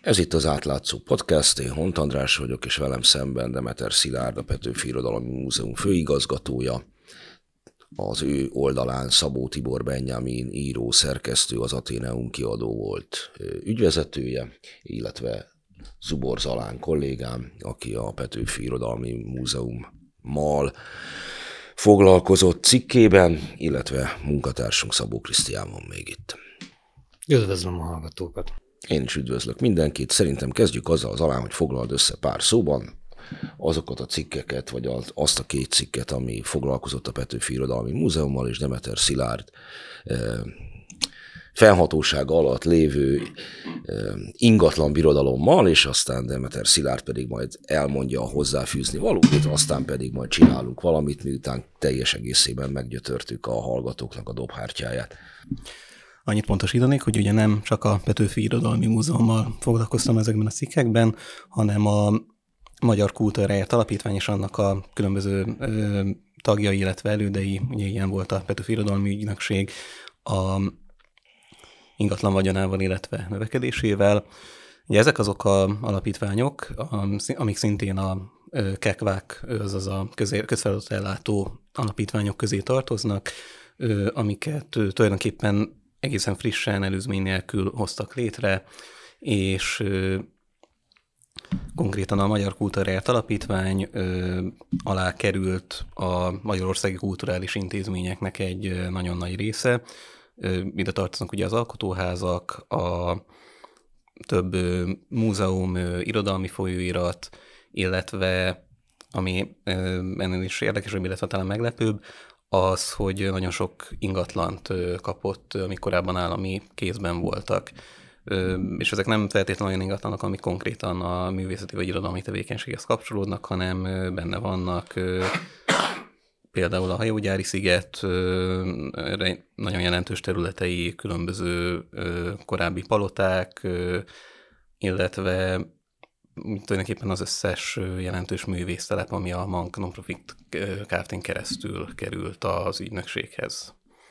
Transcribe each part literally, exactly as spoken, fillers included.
Ez itt az Átlátszó Podcast, én Hont András vagyok, és velem szemben Demeter Szilárd, a Petőfi Irodalmi Múzeum főigazgatója. Az ő oldalán Szabó Tibor Benjamin író, szerkesztő, az Atheneum kiadó volt ügyvezetője, illetve Zubor Zalán kollégám, aki a Petőfi Irodalmi Múzeummal foglalkozott cikkében, illetve munkatársunk Szabó Krisztián van még itt. Üdvözlöm a hallgatókat! Én is üdvözlök mindenkit. Szerintem kezdjük azzal az alán, hogy foglald össze pár szóban azokat a cikkeket, vagy azt a két cikket, ami foglalkozott a Petőfi Irodalmi Múzeummal, és Demeter Szilárd fennhatósága alatt lévő ingatlan birodalommal, és aztán Demeter Szilárd pedig majd elmondja a hozzáfűzni valót, aztán pedig majd csinálunk valamit, miután teljes egészében meggyötörtük a hallgatóknak a dobhártyáját. Annyit pontosítanék, hogy ugye nem csak a Petőfi Irodalmi Múzeummal foglalkoztam ezekben a cikkekben, hanem a Magyar Kultúráért Alapítvány és annak a különböző ö, tagjai, illetve elődei, ugye ilyen volt a Petőfi Irodalmi Ügynökség, a ingatlan vagyonával, illetve növekedésével. Ugye ezek azok az alapítványok, amik szintén a kekvák, azaz a közfeladatot ellátó alapítványok közé tartoznak, amiket tulajdonképpen egészen frissen, előzmény nélkül hoztak létre, és ö, konkrétan a Magyar Kultúráért Alapítvány ö, alá került a magyarországi kulturális intézményeknek egy ö, nagyon nagy része. Ö, ide tartoznak ugye az alkotóházak, a több ö, múzeum, ö, irodalmi folyóirat, illetve ami ö, ennél is érdekesebb, illetve talán meglepőbb, az, hogy nagyon sok ingatlant kapott, amik korábban állami kézben voltak. És ezek nem feltétlenül olyan ingatlanok, amik konkrétan a művészeti vagy irodalmi tevékenységhez kapcsolódnak, hanem benne vannak például a hajógyári sziget, nagyon jelentős területei, különböző korábbi paloták, illetve tulajdonképpen az összes jelentős művésztelep, ami a Mank Non-Profit Kft-n keresztül került az ügynökséghez.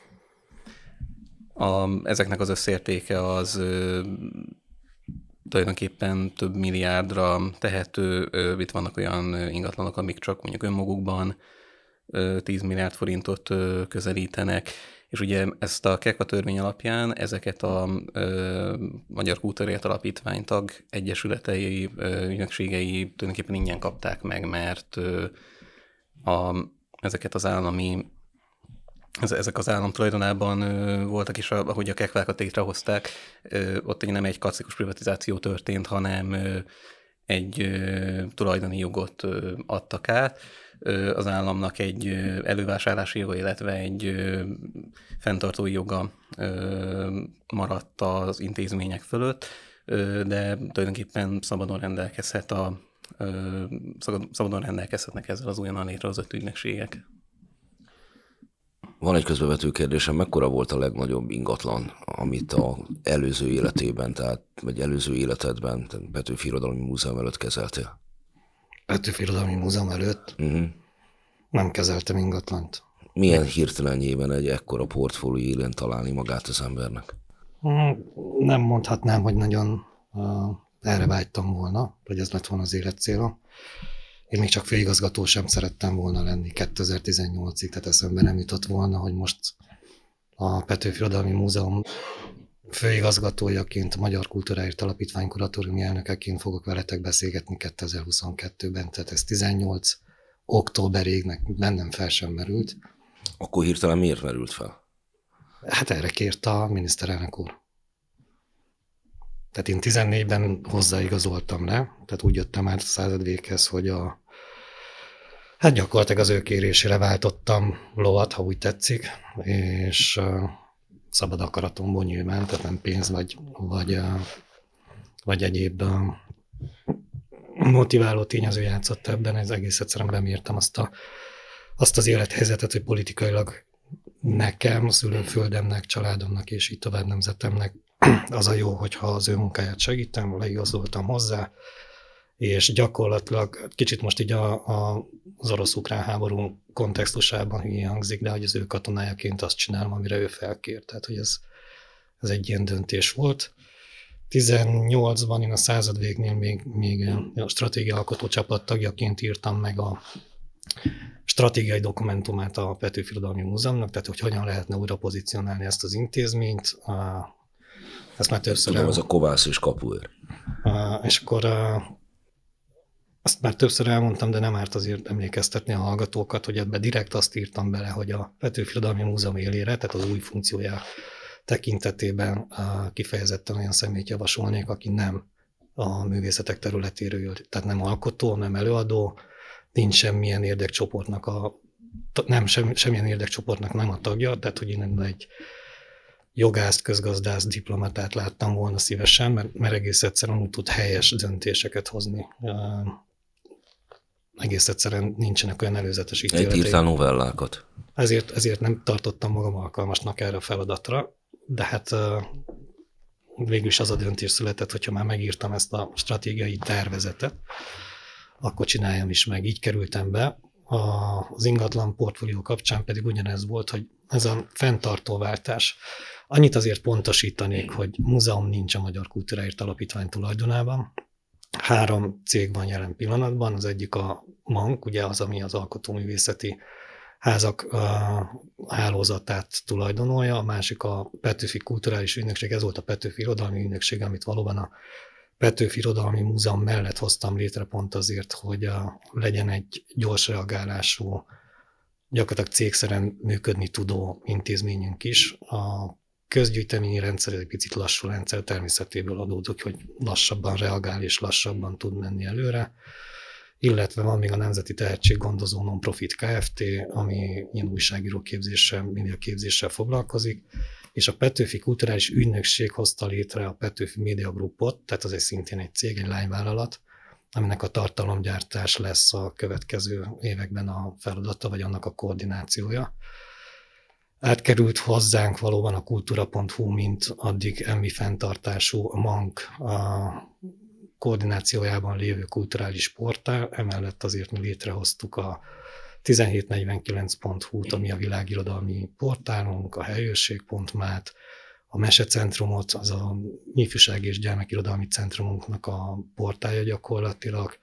A, ezeknek az összértéke az ö, tulajdonképpen több milliárdra tehető. Ö, itt vannak olyan ingatlanok, amik csak mondjuk önmagukban ö, tíz milliárd forintot ö, közelítenek, és ugye ezt a KEKVA törvény alapján ezeket a ö, Magyar Kultúráért Alapítvány tag egyesületei, ö, ügynökségei tulajdonképpen ingyen kapták meg, mert ö, a, ezeket az állami, ez, ezek az állam tulajdonában ö, voltak, és ahogy a kekvákat létrehozták, ö, ott nem egy klasszikus privatizáció történt, hanem ö, egy ö, tulajdoni jogot ö, adtak át, az államnak egy elővásárlási joga, illetve egy fenntartói joga maradt az intézmények fölött, de tulajdonképpen szabadon rendelkezhet a, szabadon rendelkezhetnek ezzel az újonnan létrehozott ügynökségek. Van egy közbevető kérdésem, mekkora volt a legnagyobb ingatlan, amit az előző életében, tehát, vagy előző életedben, tehát Petőfi Irodalmi Múzeum előtt kezeltél? Petőfi Irodalmi Múzeum előtt uh-huh. nem kezeltem ingatlant. Milyen hirtelenjében egy ekkora portfólió élén találni magát az embernek? Nem mondhatnám, hogy nagyon uh, erre vágytam volna, hogy ez lett volna az életcélom. Én még csak főigazgató sem szerettem volna lenni kétezer-tizennyolcig, tehát eszembe nem jutott volna, hogy most a Petőfi Irodalmi Múzeum főigazgatójaként, a Magyar Kultúráért Alapítvány kuratóriumi elnökeként fogok veletek beszélgetni kétezer-huszonkettőben, tehát ez tizennyolc októberig bennem fel sem merült. Akkor hirtelen miért merült fel? Hát erre kért a miniszterelnök úr. Tehát én tizennégyben hozzáigazoltam le, tehát úgy jöttem át a századvéghez, hogy a, hát gyakorlatilag az ő kérésére váltottam lovat, ha úgy tetszik, és uh, szabad akaratomból nyilván, tehát nem pénz vagy, vagy, uh, vagy egyéb uh, motiváló tényező játszott ebben, ez egész egyszerűen bemértem azt, a, azt az élethelyzetet, hogy politikailag nekem, szülőföldemnek, családomnak és így tovább nemzetemnek az a jó, hogyha az ő munkáját segítem, leigazoltam hozzá, és gyakorlatilag kicsit most így a, a, az orosz-ukrán háború kontextusában hülyén hangzik, de hogy az ő katonájaként azt csinálom, amire ő felkért. Tehát, hogy ez, ez egy ilyen döntés volt. tizennyolcban én a század végnél még, még a stratégia alkotó csapat tagjaként írtam meg a stratégiai dokumentumát a Petőfi Irodalmi Múzeumnak, tehát hogy hogyan lehetne újra pozícionálni ezt az intézményt. Ezt már többször Tudom, az a kovász és kapuőr. És akkor azt már többször elmondtam, de nem árt azért emlékeztetni a hallgatókat, hogy ebbe direkt azt írtam bele, hogy a Petőfi Irodalmi Múzeum élére, tehát az új funkciója tekintetében kifejezetten olyan személyt javasolnék, aki nem a művészetek területéről jön, tehát nem alkotó, nem előadó, nincs semmilyen érdekcsoportnak a, nem sem, semmilyen érdekcsoportnak nem a tagja, tehát hogy én egy jogászt, közgazdász, diplomatát láttam volna szívesen, mert, mert egész egyszerűen úgy tud helyes döntéseket hozni. Egész egyszerűen nincsenek olyan előzetes ítéletei. Egy írtál novellákat. Ezért, ezért nem tartottam magam alkalmasnak erre a feladatra, de hát végül is az a döntés született, hogyha már megírtam ezt a stratégiai tervezetet, akkor csináljam is meg. Így kerültem be. Az ingatlan portfólió kapcsán pedig ugyanez volt, hogy ez a fenntartóváltás. Annyit azért pontosítanék, hogy múzeum nincs a Magyar Kultúráért Alapítvány tulajdonában. Három cég van jelen pillanatban, az egyik a MANK, ugye az, ami az alkotóművészeti házak hálózatát tulajdonolja, a másik a Petőfi Kulturális Ügynökség, ez volt a Petőfi Irodalmi Ügynökség, amit valóban a Petőfi Irodalmi Múzeum mellett hoztam létre pont azért, hogy a, legyen egy gyors reagálású, gyakorlatilag cégszerűen működni tudó intézményünk is. A közgyűjteményi rendszer egy picit lassú rendszer természetéből adódik, hogy lassabban reagál és lassabban tud menni előre. Illetve van még a Nemzeti Tehetséggondozó Non-Profit Kft., ami ilyen újságíró képzéssel, média képzéssel foglalkozik, és a Petőfi Kulturális Ügynökség hozta létre a Petőfi Media Groupot, tehát az egy szintén egy cég, egy lányvállalat, aminek a tartalomgyártás lesz a következő években a feladata, vagy annak a koordinációja. Átkerült hozzánk valóban a kultúra pont hu, mint addig emmi fenntartású a MANK a koordinációjában lévő kulturális portál, emellett azért mi létrehoztuk a tizenhétnegyvenkilenc pont hu-t, ami a világirodalmi portálunk, a helyőrség pont mát, a Mesecentrumot, az a ifjúság és gyermekirodalmi centrumunknak a portálja gyakorlatilag.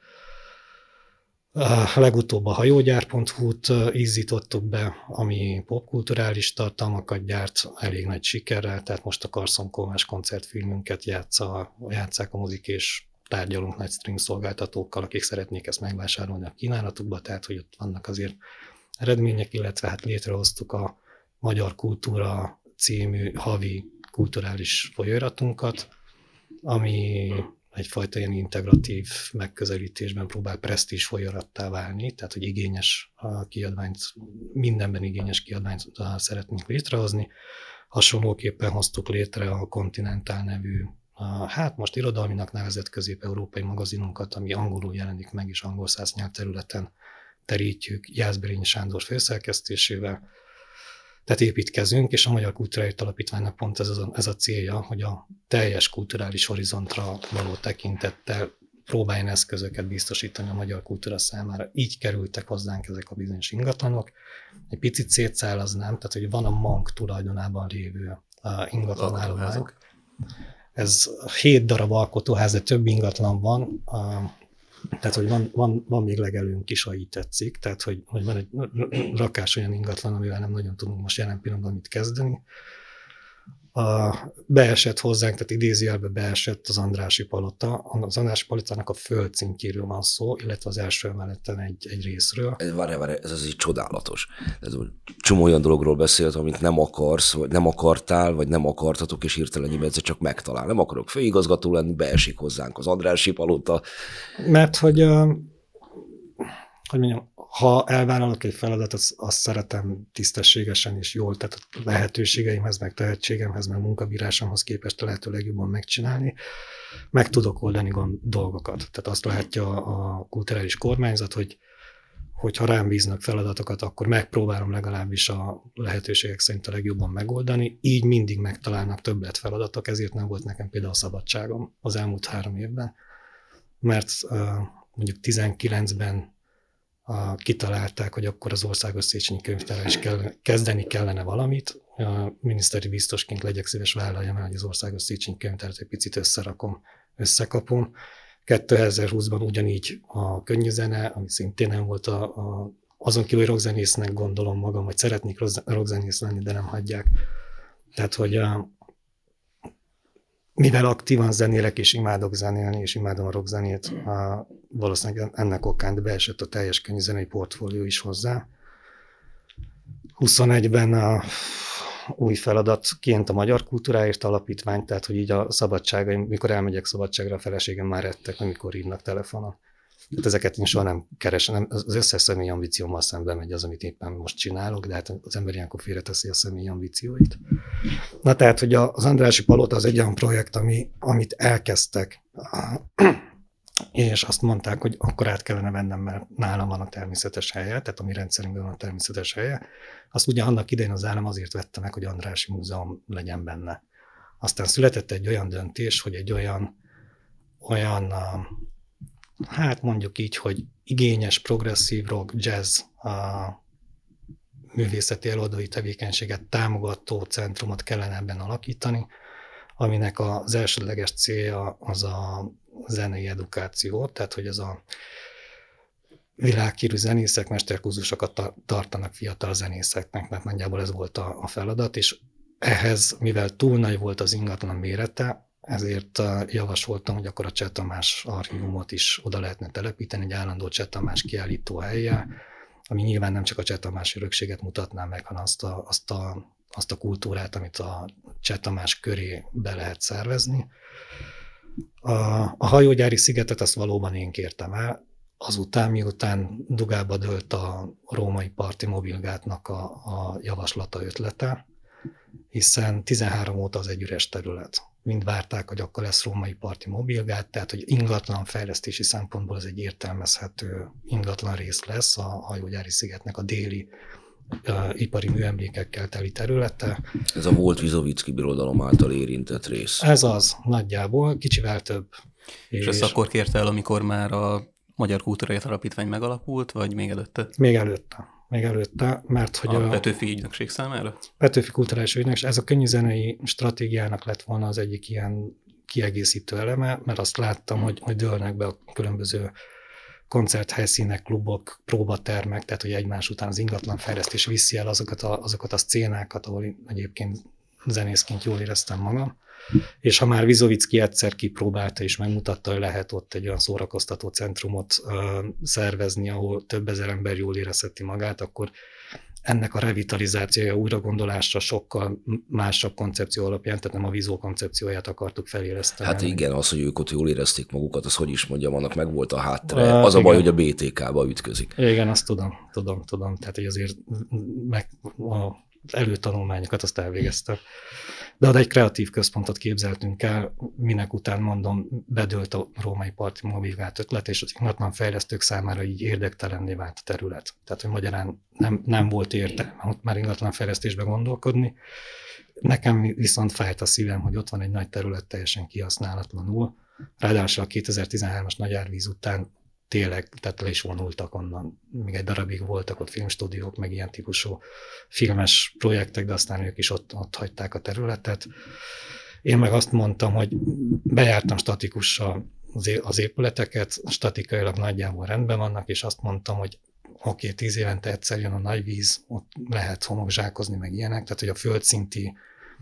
A legutóbb a hajógyár pont hu-t ízítottuk be, ami popkulturális tartalmakat gyárt elég nagy sikerrel, tehát most a Carson Kolmás koncertfilmünket játsza, játsszák a mozik, és tárgyalunk nagy stream szolgáltatókkal, akik szeretnék ezt megvásárolni a kínálatukba, tehát hogy ott vannak azért eredmények, illetve hát létrehoztuk a Magyar Kultúra című havi kulturális folyóiratunkat, ami egyfajta ilyen integratív megközelítésben próbál presztízs folyóirattá válni, tehát hogy igényes kiadványt, mindenben igényes kiadványt szeretnénk létrehozni. Hasonlóképpen hoztuk létre a Continental nevű, hát most irodalminak nevezett közép-európai magazinunkat, ami angolul jelenik meg, és angol száz nyelvterületen terítjük Jászberényi Sándor főszerkesztésével. Tehát építkezünk, és a Magyar Kultúráért Alapítványnak pont ez a, ez a célja, hogy a teljes kulturális horizontra való tekintettel próbáljon eszközöket biztosítani a magyar kultúra számára. Így kerültek hozzánk ezek a bizonyos ingatlanok. Egy picit szétszállaznám, tehát hogy van a MANK tulajdonában lévő ingatlanállomány. Ez hét darab alkotóház, de több ingatlan van, tehát hogy van, van, van még legelőnk is, ha így tetszik, tehát hogy, hogy van egy rakás olyan ingatlan, amivel nem nagyon tudunk most jelen pillanatban mit kezdeni. A, beesett hozzánk, tehát idézőjelbe beesett az Andrássy Palota. Az Andrássy Palotának a földszintjéről van szó, illetve az első emeleten egy, egy részről. Ez, várj, várj, ez az így csodálatos. Ez csomó olyan dologról beszélt, amit nem akarsz, vagy nem akartál, vagy nem akartatok, és hirtelen egyszer csak megtalál. Nem akarok főigazgató lenni, beesik hozzánk az Andrássy Palota. Mert hogy, hogy mondjam, ha elvállalok egy feladatot, azt, azt szeretem tisztességesen és jól, tehát a lehetőségeimhez, meg tehetségemhez, meg munkabírásomhoz képest a lehető legjobban megcsinálni, meg tudok oldani gond, dolgokat. Tehát azt látja a kulturális kormányzat, hogy, hogy ha rám bíznak feladatokat, akkor megpróbálom legalábbis a lehetőségek szerint a legjobban megoldani. Így mindig megtalálnak többlet feladatok, ezért nem volt nekem például a szabadságom az elmúlt három évben, mert mondjuk tizenkilencben a, kitalálták, hogy akkor az Országos Széchenyi Könyvtárral is kell, kezdeni kellene valamit. A miniszteri biztosként legyek szíves vállaljam el, hogy az Országos Széchenyi Könyvtárat egy picit összerakom, összekapom. kétezer-húszban ugyanígy a könnyű zene, ami szintén nem volt a, a, azon kívül, hogy rockzenésznek gondolom magam, hogy szeretnék rockzenész lenni, de nem hagyják. Tehát, hogy a, mivel aktívan zenélek, és imádok zenélni, és imádom a rockzenét, a, valószínűleg ennek okán beesett a teljes könnyűzenei portfólió is hozzá. huszonegyben a új feladatként a Magyar Kultúráért Alapítvány, tehát hogy így a szabadságaim, mikor elmegyek szabadságra, a feleségem már rettek, amikor hívnak telefonon. Tehát ezeket én soha nem keresem, az összes személyi ambíciómmal szembe megy az, amit éppen most csinálok, de hát az ember ilyenkor félreteszi a személyi ambícióit. Na tehát, hogy az Andrássy Palota az egy olyan projekt, ami, amit elkezdtek, és azt mondták, hogy akkor át kellene vennem, mert nálam van a természetes helye, tehát a mi rendszerünkben van a természetes helye. Azt ugye annak idején az állam azért vette meg, hogy Andrássy Múzeum legyen benne. Aztán született egy olyan döntés, hogy egy olyan, olyan hát mondjuk így, hogy igényes, progresszív rock, jazz a művészeti előadói tevékenységet támogató centrumot kellene ebben alakítani, aminek az elsődleges célja az a zenei edukáció, tehát hogy ez a világhírű zenészek mesterkurzusokat tartanak fiatal zenészeknek, mert nagyjából ez volt a feladat, és ehhez, mivel túl nagy volt az ingatlan mérete, ezért javasoltam, hogy akkor a Cseh Tamás archívumot is oda lehetne telepíteni, egy állandó Cseh Tamás kiállító helye, ami nyilván nem csak a Cseh Tamás örökséget mutatná meg, hanem azt a, azt a, azt a kultúrát, amit a Cseh Tamás köré be lehet szervezni. A, a hajógyári szigetet azt valóban én kértem el, azután, miután dugába dőlt a római parti mobilgátnak a, a javaslata, ötlete, hiszen tizenhárom óta az egy üres terület. Mind várták, hogy akkor lesz római parti mobilgát, tehát hogy ingatlan fejlesztési szempontból ez egy értelmezhető ingatlan rész lesz a hajógyári szigetnek a déli uh, ipari műemlékekkel teli területe. Ez a volt Vizovicki birodalom által érintett rész. Ez az, nagyjából, kicsivel több. És, és ezt akkor kérte el, amikor már a Magyar Kultúráért Alapítvány megalapult, vagy még előtte? Még előtte. Még előtte, mert hogy a... A Petőfi Ügynökség számára? Petőfi Kulturális Ügynökség, ez a könnyűzenei stratégiának lett volna az egyik ilyen kiegészítő eleme, mert azt láttam, hogy, hogy dőlnek be a különböző koncerthelyszínek, klubok, próbatermek, tehát hogy egymás után az ingatlanfejlesztés viszi el azokat a, azokat a szcénákat, ahol egyébként zenészként jól éreztem magam. És ha már Vizovicki egyszer kipróbálta és megmutatta, hogy lehet ott egy olyan szórakoztató centrumot ö, szervezni, ahol több ezer ember jól érezheti magát, akkor ennek a revitalizációja, újragondolásra sokkal másabb koncepció alapján, tehát nem a Vizó koncepcióját akartuk feléleszteni. Hát igen, az, hogy ők ott jól érezték magukat, az hogy is mondjam, annak meg volt a háttere. Uh, az igen. a baj, hogy a bé té ká-ba ütközik. Igen, azt tudom, tudom, tudom. Tehát, hogy azért meg a előtanulmányokat azt elvégeztem. De oda egy kreatív központot képzeltünk el, minek után mondom, bedőlt a római parti mobilgát ötlet, és az ingatlanfejlesztők számára így érdektelenné vált a terület. Tehát, hogy magyarán nem, nem volt értelme ott már ingatlanfejlesztésbe gondolkodni. Nekem viszont fájt a szívem, hogy ott van egy nagy terület teljesen kihasználatlanul. Ráadásul a kétezer-tizenhármas nagy árvíz után tényleg, tehát le is vonultak onnan. Még egy darabig voltak ott filmstúdiók, meg ilyen típusú filmes projektek, de aztán ők is ott, ott hagyták a területet. Én meg azt mondtam, hogy bejártam statikussal az épületeket, statikailag nagyjából rendben vannak, és azt mondtam, hogy oké, okay, tíz évente egyszer jön a nagy víz, ott lehet homokzsákozni, meg ilyenek, tehát hogy a földszinti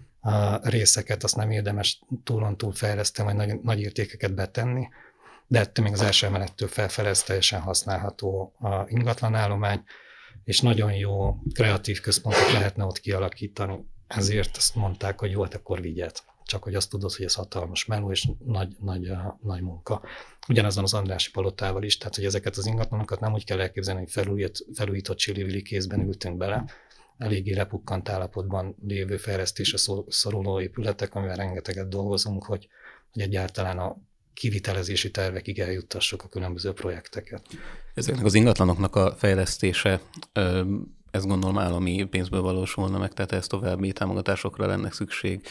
a részeket azt nem érdemes túlontúl fejleszteni, vagy nagy, nagy értékeket betenni, de ettől még az első emelettől felfele ez teljesen használható a ingatlanállomány, és nagyon jó kreatív központot lehetne ott kialakítani. Ezért azt mondták, hogy jó, hát akkor vigyed. Csak hogy azt tudod, hogy ez hatalmas meló, és nagy, nagy, nagy munka. Ugyanazon az Andrássy Palotával is, tehát hogy ezeket az ingatlanokat nem úgy kell elképzelni, hogy felújított, felújított csili-vili kézben ültünk bele, eléggé lepukkant állapotban lévő fejlesztésre szoruló épületek, amivel rengeteget dolgozunk, hogy, hogy egyáltalán a kivitelezési tervekig eljuttassuk a különböző projekteket. Ezeknek az ingatlanoknak a fejlesztése, ezt gondolom állami pénzből valósulna meg, tehát ez további támogatásokra lenne szükség.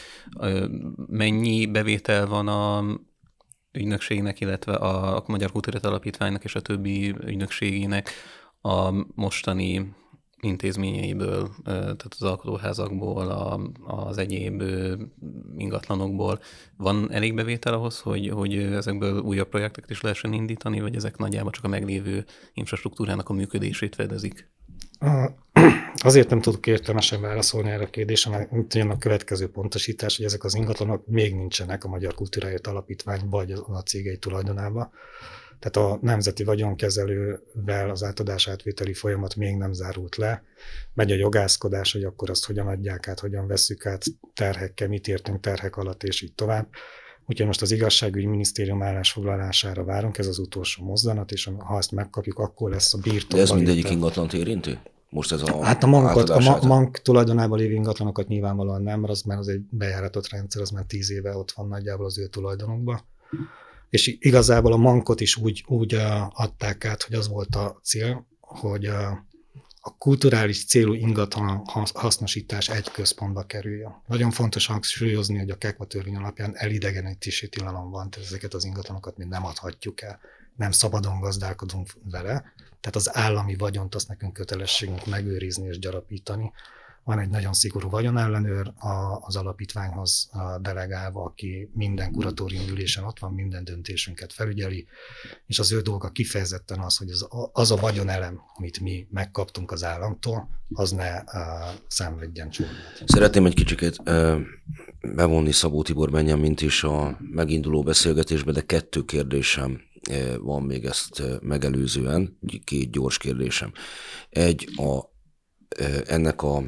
Mennyi bevétel van a ügynökségnek, illetve a Magyar Kultúráért Alapítványnak és a többi ügynökségének a mostani intézményeiből, tehát az alkotóházakból, a, az egyéb ingatlanokból van elég bevétel ahhoz, hogy, hogy ezekből újabb projekteket is lehessen indítani, vagy ezek nagyjából csak a meglévő infrastruktúrának a működését fedezik? Azért nem tudok értelmesen válaszolni erre a kérdésre, mert itt jön a következő pontosítás, hogy ezek az ingatlanok még nincsenek a Magyar Kultúráért Alapítvány vagy a cégei tulajdonában. Tehát a nemzeti vagyonkezelővel az átadás-átvételi folyamat még nem zárult le. Megy a jogászkodás, hogy akkor azt hogyan adják át, hogyan vesszük át terhekkel, mit értünk terhek alatt, és így tovább. Úgyhogy most az igazságügyi minisztérium állásfoglalására várunk, ez az utolsó mozzanat, és ha ezt megkapjuk, akkor lesz a birtokban. De ez mindegyik ingatlant érinti? Most ez a Hát a mankot, a ma- mank tulajdonában lévő ingatlanokat nyilvánvalóan nem, mert az már az egy bejáratott rendszer, az már tíz éve ott van nagyjából az ő tulajdonokban. És igazából a mankot is úgy, úgy adták át, hogy az volt a cél, hogy a kulturális célú ingatlan hasznosítás egy központba kerüljön. Nagyon fontos hangsúlyozni, hogy a KEKVA törvény alapján elidegenítési tilalom van, tehát ezeket az ingatlanokat mi nem adhatjuk el, nem szabadon gazdálkodunk vele, tehát az állami vagyont azt nekünk kötelességünk megőrizni és gyarapítani. Van egy nagyon szigorú vagyonellenőr az alapítványhoz delegálva, aki minden kuratórium ülésen ott van, minden döntésünket felügyeli, és az ő dolga kifejezetten az, hogy az, az a vagyonelem, amit mi megkaptunk az államtól, az ne uh, szenvedjen csúnyát. Szeretném egy kicsit uh, bevonni Szabó Tibor Benjamint is a meginduló beszélgetésbe, de kettő kérdésem uh, van még ezt uh, megelőzően, két gyors kérdésem. Egy, a, uh, ennek a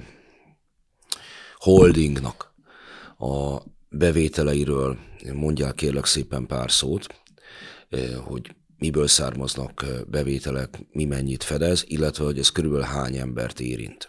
holdingnak a bevételeiről mondjál kérlek szépen pár szót, hogy miből származnak bevételek, mi mennyit fedez, illetve hogy ez körülbelül hány embert érint.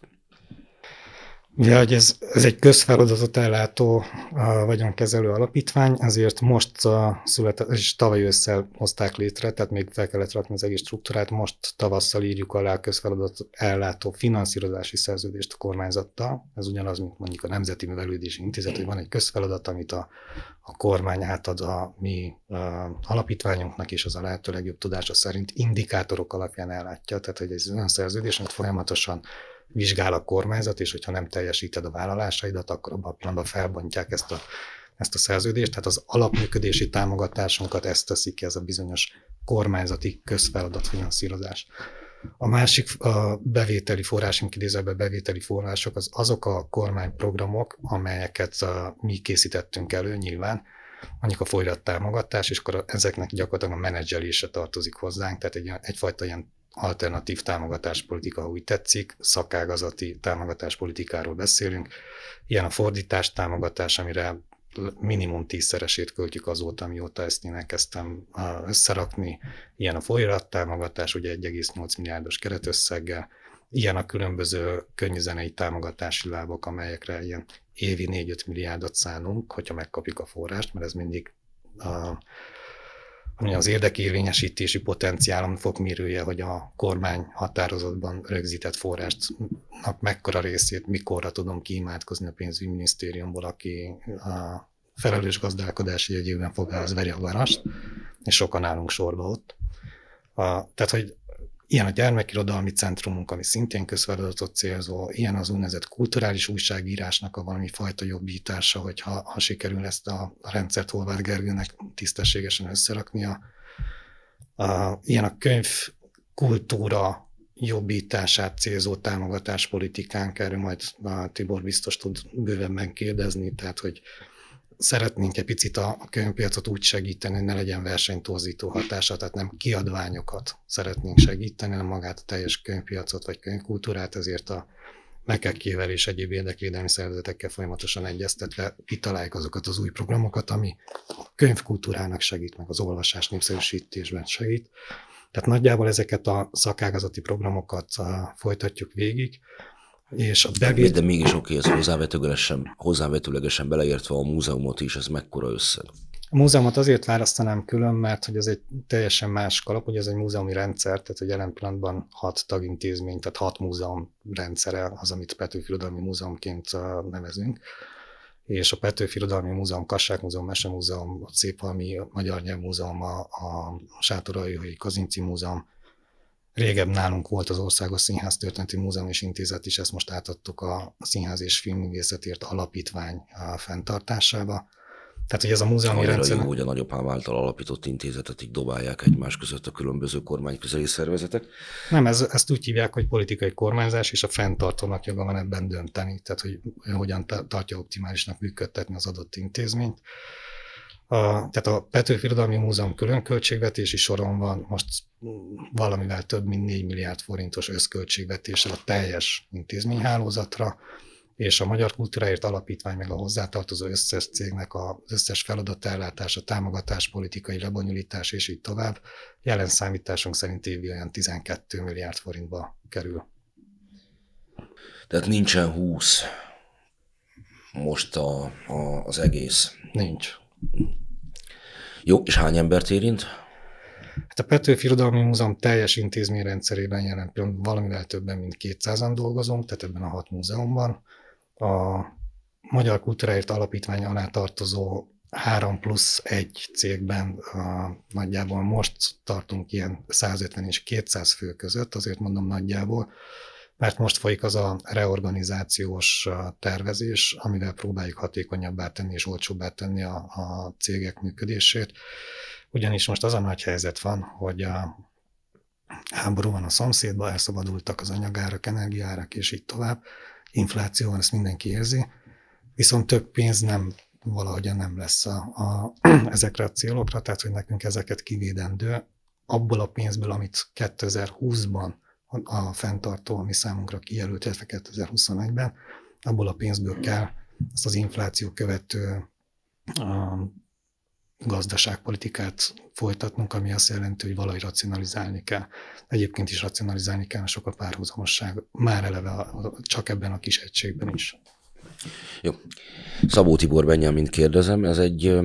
Ja, hogy ez, ez egy közfeladatot ellátó vagyonkezelő alapítvány, ezért most a született, és tavaly ősszel hozták létre, tehát még fel kellett rakni az egész struktúrát, most tavasszal írjuk alá a közfeladatot ellátó finanszírozási szerződést a kormányzattal. Ez ugyanaz, mint mondjuk a Nemzeti Művelődési Intézet, hogy van egy közfeladat, amit a, a kormány átad a mi a alapítványunknak, és az a lehető legjobb tudása szerint indikátorok alapján ellátja, tehát hogy ez olyan szerződés, amit folyamatosan vizsgál a kormányzat, és hogyha nem teljesíted a vállalásaidat, akkor abban a pillanatban felbontják ezt a, ezt a szerződést. Tehát az alapműködési támogatásunkat ezt teszik ki, ez a bizonyos kormányzati közfeladatfinanszírozás. A másik a bevételi forrásunk, idézőben bevételi források, az azok a kormányprogramok, amelyeket a, mi készítettünk elő nyilván, mondjuk a folyrattámogatás, és akkor ezeknek gyakorlatilag a menedzselése tartozik hozzánk, tehát egy, egyfajta ilyen alternatív támogatáspolitika, ha úgy tetszik, szakágazati támogatáspolitikáról beszélünk. Ilyen a fordítás támogatás, amire minimum tízszeresét költjük azóta, mióta ezt én elkezdtem összerakni. Ilyen a folyrattámogatás, ugye egy egész nyolc milliárdos keretösszeggel. Ilyen a különböző könnyűzenei támogatási lábok, amelyekre ilyen évi négy-öt milliárdot szánunk, hogyha megkapjuk a forrást, mert ez mindig a ami az érdekérvényesítési potenciálom fokmérője, hogy a kormány határozatban rögzített forrásnak mekkora részét mikorra tudom kiimádkozni a pénzügyminisztériumból, aki a felelős gazdálkodási jegyében fogához veri a garast, és sokan állunk sorba ott. A, tehát, hogy ilyen a gyermekirodalmi centrumunk, ami szintén közfeladatot célzó, ilyen az úgynevezett kulturális újságírásnak a valami fajta jobbítása, hogyha ha sikerül ezt a, a rendszert Horváth Gergőnek tisztességesen összeraknia. A, ilyen a könyvkultúra jobbítását célzó támogatáspolitikánk, erről majd a Tibor biztos tud bővebben kérdezni, tehát hogy szeretnénk egy picit a könyvpiacot úgy segíteni, hogy ne legyen versenytorzító hatása, tehát nem kiadványokat szeretnénk segíteni, hanem magát a teljes könyvpiacot vagy könyvkultúrát, ezért a mekekével és egyéb érdekvédelmi szervezetekkel folyamatosan egyeztetve kitaláljuk azokat az új programokat, ami a könyvkultúrának segít, meg az olvasás népszerűsítésben segít. Tehát nagyjából ezeket a szakágazati programokat folytatjuk végig, és a bevét... De mégis oké, ez hozzávetőlegesen, hozzávetőlegesen beleértve a múzeumot is, ez mekkora összeg? A múzeumot azért választanám külön, mert hogy ez egy teljesen más kalap, hogy ez egy múzeumi rendszer, tehát hogy jelen pillanatban hat tagintézmény, tehát hat múzeum rendszere az, amit Petőfi Irodalmi Múzeumként nevezünk. És a Petőfi Irodalmi Múzeum, Kassák Múzeum, Mesemúzeum, a Széphalmi Magyar Nyelvmúzeum, a, a Sátoraljaújhelyi Kazinczy Múzeum, Régebb nálunk volt az Országos Színház Történeti Múzeum és Intézet is, ezt most átadtuk a Színház és Filmművészetért Alapítvány fenntartásába. Tehát, hogy ez a múzeumi Annyira rendszer... jó, hogy a nagyapám által alapított intézetet így dobálják egymás között a különböző kormányközeli szervezetek. Nem, ez, ezt úgy hívják, hogy politikai kormányzás, és a fenntartónak joga van ebben dönteni, tehát hogy hogyan tartja optimálisnak működtetni az adott intézményt. A, tehát a Petőfi Irodalmi Múzeum külön költségvetési soron van, most valamivel több mint négy milliárd forintos összköltségvetéssel a teljes intézményhálózatra, és a Magyar Kultúráért Alapítvány meg a hozzátartozó összes cégnek az összes feladatellátás, a támogatás, politikai lebonyolítás és így tovább jelen számításunk szerint évi olyan tizenkét milliárd forintba kerül. Tehát nincsen húsz most a, a, az egész. Nincs. Jó, és hány embert érint? Hát a Petőfi Irodalmi Múzeum teljes intézményrendszerében jelen pillanatban valamivel többen, mint kétszázan dolgozunk, tehát ebben a hat múzeumban. A Magyar Kultúráért Alapítvány alá tartozó három plusz egy cégben a, nagyjából most tartunk ilyen százötven és kétszáz fő között, azért mondom nagyjából, mert most folyik az a reorganizációs tervezés, amivel próbáljuk hatékonyabbá tenni és olcsóbbá tenni a, a cégek működését. Ugyanis most az a nagy helyzet van, hogy a háború van a szomszédban, elszabadultak az anyagárak, energiaárak és így tovább, infláció van, ezt mindenki érzi, viszont több pénz nem, valahogyan nem lesz a, a, ezekre a célokra, tehát hogy nekünk ezeket kivédendő, abból a pénzből, amit kétezer-húszban a fenntartó, ami számunkra kijelölt, illetve kétezer-huszonegyben, abból a pénzből kell ezt az infláció követő a gazdaságpolitikát folytatnunk, ami azt jelenti, hogy valahogy racionalizálni kell. Egyébként is racionalizálni kell, sok a párhuzamosság már eleve a, csak ebben a kis egységben is. Jó. Szabó Tibor Benjamint kérdezem, ez egy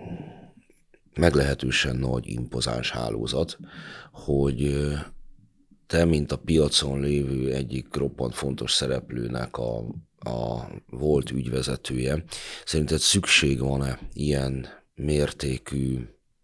meglehetősen nagy, impozáns hálózat, hogy te, mint a piacon lévő egyik roppant fontos szereplőnek a, a volt ügyvezetője, szerinted szükség van-e ilyen mértékű,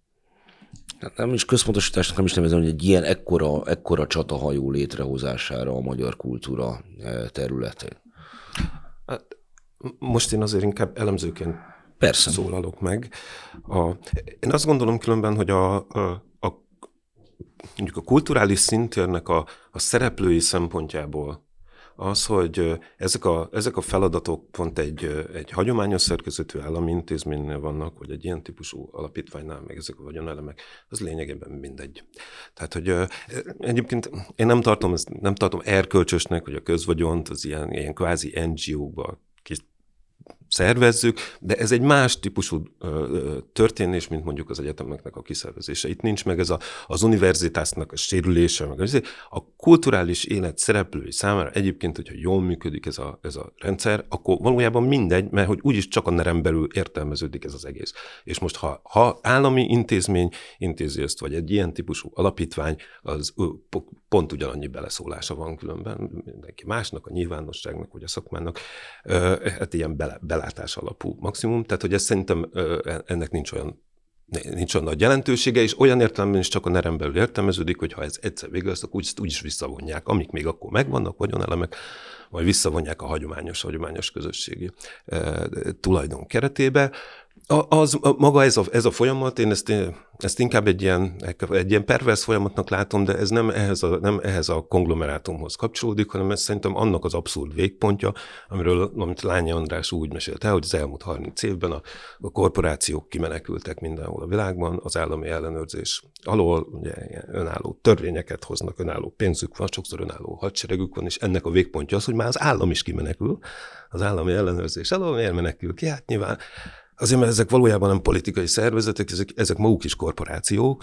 hát nem is központosításnak, nem is nevezem, hogy egy ilyen ekkora, ekkora csatahajó létrehozására a magyar kultúra területén? Hát, most én azért inkább elemzőként Persze. szólalok meg. A, én azt gondolom különben, hogy a, a, a, mondjuk a kulturális szintérnek a, a szereplői szempontjából az, hogy ezek a, ezek a feladatok pont egy, egy hagyományos szerkezetű állami intézménynél vannak, vagy egy ilyen típusú alapítványnál, meg ezek a vagyonelemek, az lényegében mindegy. Tehát, hogy egyébként én nem tartom, nem tartom erkölcsösnek, hogy a közvagyont az ilyen, ilyen kvázi en gé ó-kba szervezzük, de ez egy más típusú ö, történés, mint mondjuk az egyetemeknek a kiszervezése. Itt nincs meg ez a, az univerzitásnak a sérülése, meg az, a kulturális élet szereplői számára egyébként, hogyha jól működik ez a, ez a rendszer, akkor valójában mindegy, mert hogy úgyis csak a nerem belül értelmeződik ez az egész. És most, ha, ha állami intézmény intézi ezt, vagy egy ilyen típusú alapítvány, az ö, pont ugyanannyi beleszólása van különben mindenki másnak, a nyilvánosságnak, vagy a szakmának, ö, hát ilyen bele, belátás alapú maximum, tehát hogy ez szerintem ennek nincs olyan, nincs olyan nagy jelentősége, és olyan értelemben is csak a nerem belül értelmeződik, hogy ha ez egyszer vége lesz, akkor úgy is visszavonják, amik még akkor megvannak, vagyonelemek, vagy visszavonják a hagyományos, hagyományos közösségi e, tulajdon keretébe. A, az, a, maga ez a, ez a folyamat, én ezt, ezt inkább egy ilyen, egy ilyen pervers folyamatnak látom, de ez nem ehhez, a, nem ehhez a konglomerátumhoz kapcsolódik, hanem ez szerintem annak az abszurd végpontja, amiről, amit Lányi András úgy mesélt el, hogy az elmúlt harminc évben a, a korporációk kimenekültek mindenhol a világban, az állami ellenőrzés alól, ugye önálló törvényeket hoznak, önálló pénzük van, sokszor önálló hadseregük van, és ennek a végpontja az, hogy már az állam is kimenekül, az állami ellenőrzés alól, miért menekül ki? Hát nyilván azért, mert ezek valójában nem politikai szervezetek, ezek, ezek maguk is korporációk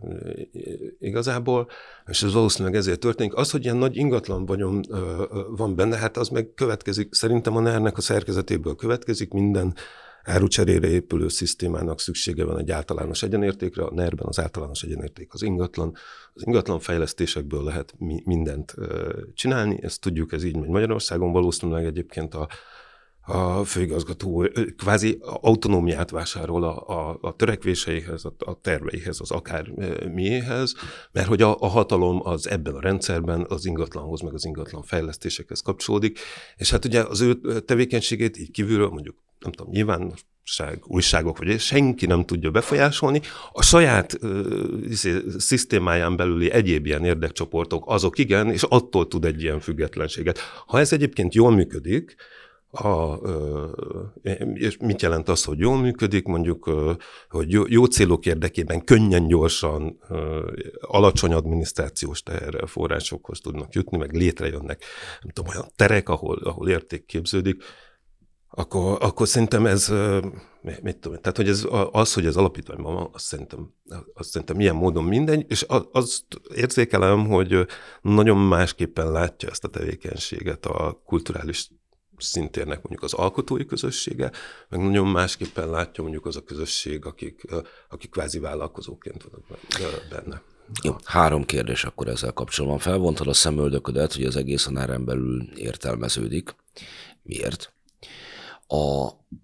igazából, és ez valószínűleg ezért történik. Az, hogy ilyen nagy ingatlan vagyon van benne, hát az meg következik, szerintem a NER-nek a szerkezetéből következik, minden árucserére épülő szisztémának szüksége van egy általános egyenértékre, a NER-ben az általános egyenérték az ingatlan. Az ingatlan fejlesztésekből lehet mi, mindent csinálni, ezt tudjuk, ez így megy Magyarországon, valószínűleg egyébként a a főigazgató kvázi autonómiát vásárol a, a, a törekvéseihez, a, a terveihez, az akár miéhez, mert hogy a, a hatalom az ebben a rendszerben az ingatlanhoz, meg az ingatlan fejlesztésekhez kapcsolódik, és hát ugye az ő tevékenységét így kívülről, mondjuk nem tudom, nyilvánosság, újságok, vagy senki nem tudja befolyásolni. A saját uh, szisztémáján belüli egyéb ilyen érdekcsoportok, azok igen, és attól tud egy ilyen függetlenséget. Ha ez egyébként jól működik, A, és mit jelent az, hogy jól működik, mondjuk, hogy jó, jó célok érdekében könnyen, gyorsan, alacsony adminisztrációs teherrel forrásokhoz tudnak jutni, meg létrejönnek, nem tudom, olyan terek, ahol, ahol érték képződik, akkor, akkor szerintem ez, mit tudom, tehát hogy ez, az, hogy ez alapítványban van, azt szerintem, azt szerintem ilyen módon mindegy, és azt érzékelem, hogy nagyon másképpen látja ezt a tevékenységet a kulturális szintérnek mondjuk az alkotói közössége, meg nagyon másképpen látja mondjuk az a közösség, akik, akik kvázi vállalkozóként vannak benne. Jó, három kérdés akkor ezzel kapcsolatban. Felvontad a szemöldöködet, hogy az egész a NER-en belül értelmeződik. Miért? A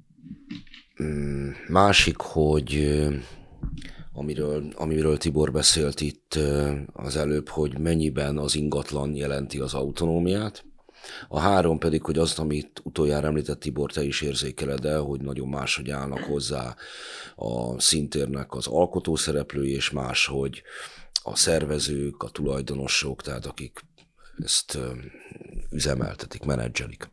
másik, hogy amiről, amiről Tibor beszélt itt az előbb, hogy mennyiben az ingatlan jelenti az autonómiát. A három pedig, hogy azt, amit utoljára említett Tibor, te is érzékeled el, hogy nagyon máshogy állnak hozzá a szintérnek az alkotó szereplői, és máshogy a szervezők, a tulajdonosok, tehát akik ezt üzemeltetik, menedzselik.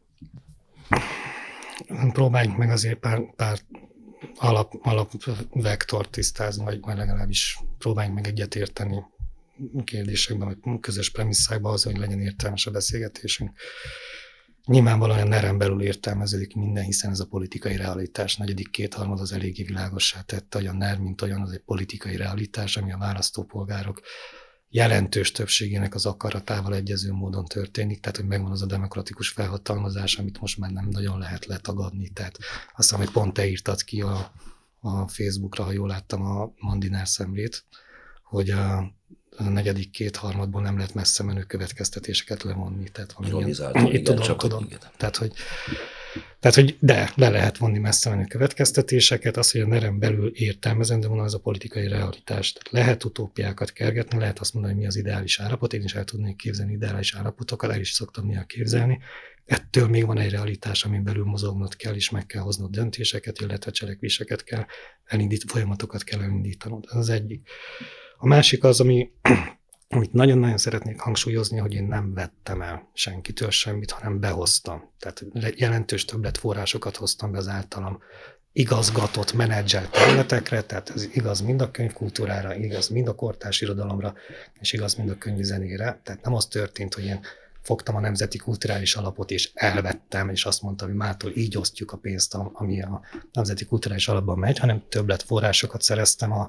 Próbáljunk meg azért pár, pár alap, alapvektort tisztázni, vagy majd legalábbis próbáljunk meg egyet érteni kérdésekben, vagy közös premisszákban az, hogy legyen értelmes a beszélgetésünk. Nyilvánvalóan a NER-en belül értelmeződik minden, hiszen ez a politikai realitás. Negyedik kétharmad az eléggé világossá tette, hogy a NER, mint olyan, az egy politikai realitás, ami a választópolgárok jelentős többségének az akaratával egyező módon történik, tehát hogy megvan az a demokratikus felhatalmazás, amit most már nem nagyon lehet letagadni. Tehát azt hiszem, hogy pont te írtad ki a, a Facebookra, ha jól láttam a Mandinár szemlét, hogy a, a negyedik kétharmadból nem lehet messze menő következtetéseket levonni. Tehát Ironizáltam, igen, tudom, csak tudom. igen. Tehát, hogy, tehát, hogy de, le lehet vonni messze menő következtetéseket, az, hogy a NER-en belül értelmezendő van az a politikai realitás. Tehát lehet utópiákat kergetni, lehet azt mondani, hogy mi az ideális állapot, én is el tudnék képzelni ideális állapotokat, el is szoktam néha képzelni. Ettől még van egy realitás, amin belül mozognod kell, és meg kell hoznod döntéseket, illetve cselekvéseket kell elindítani, folyamatokat kell elindítanod. Ez az egyik. A másik az, ami, amit nagyon-nagyon szeretnék hangsúlyozni, hogy én nem vettem el senkitől semmit, hanem behoztam. Tehát jelentős többletforrásokat hoztam be az általam igazgatott, menedzselt területekre, tehát ez igaz mind a könyvkultúrára, igaz mind a kortárs irodalomra, és igaz mind a könyvi zenére. Tehát nem az történt, hogy én fogtam a Nemzeti Kulturális Alapot, és elvettem, és azt mondtam, hogy mától így osztjuk a pénzt, ami a Nemzeti Kulturális Alapban megy, hanem többletforrásokat szereztem a,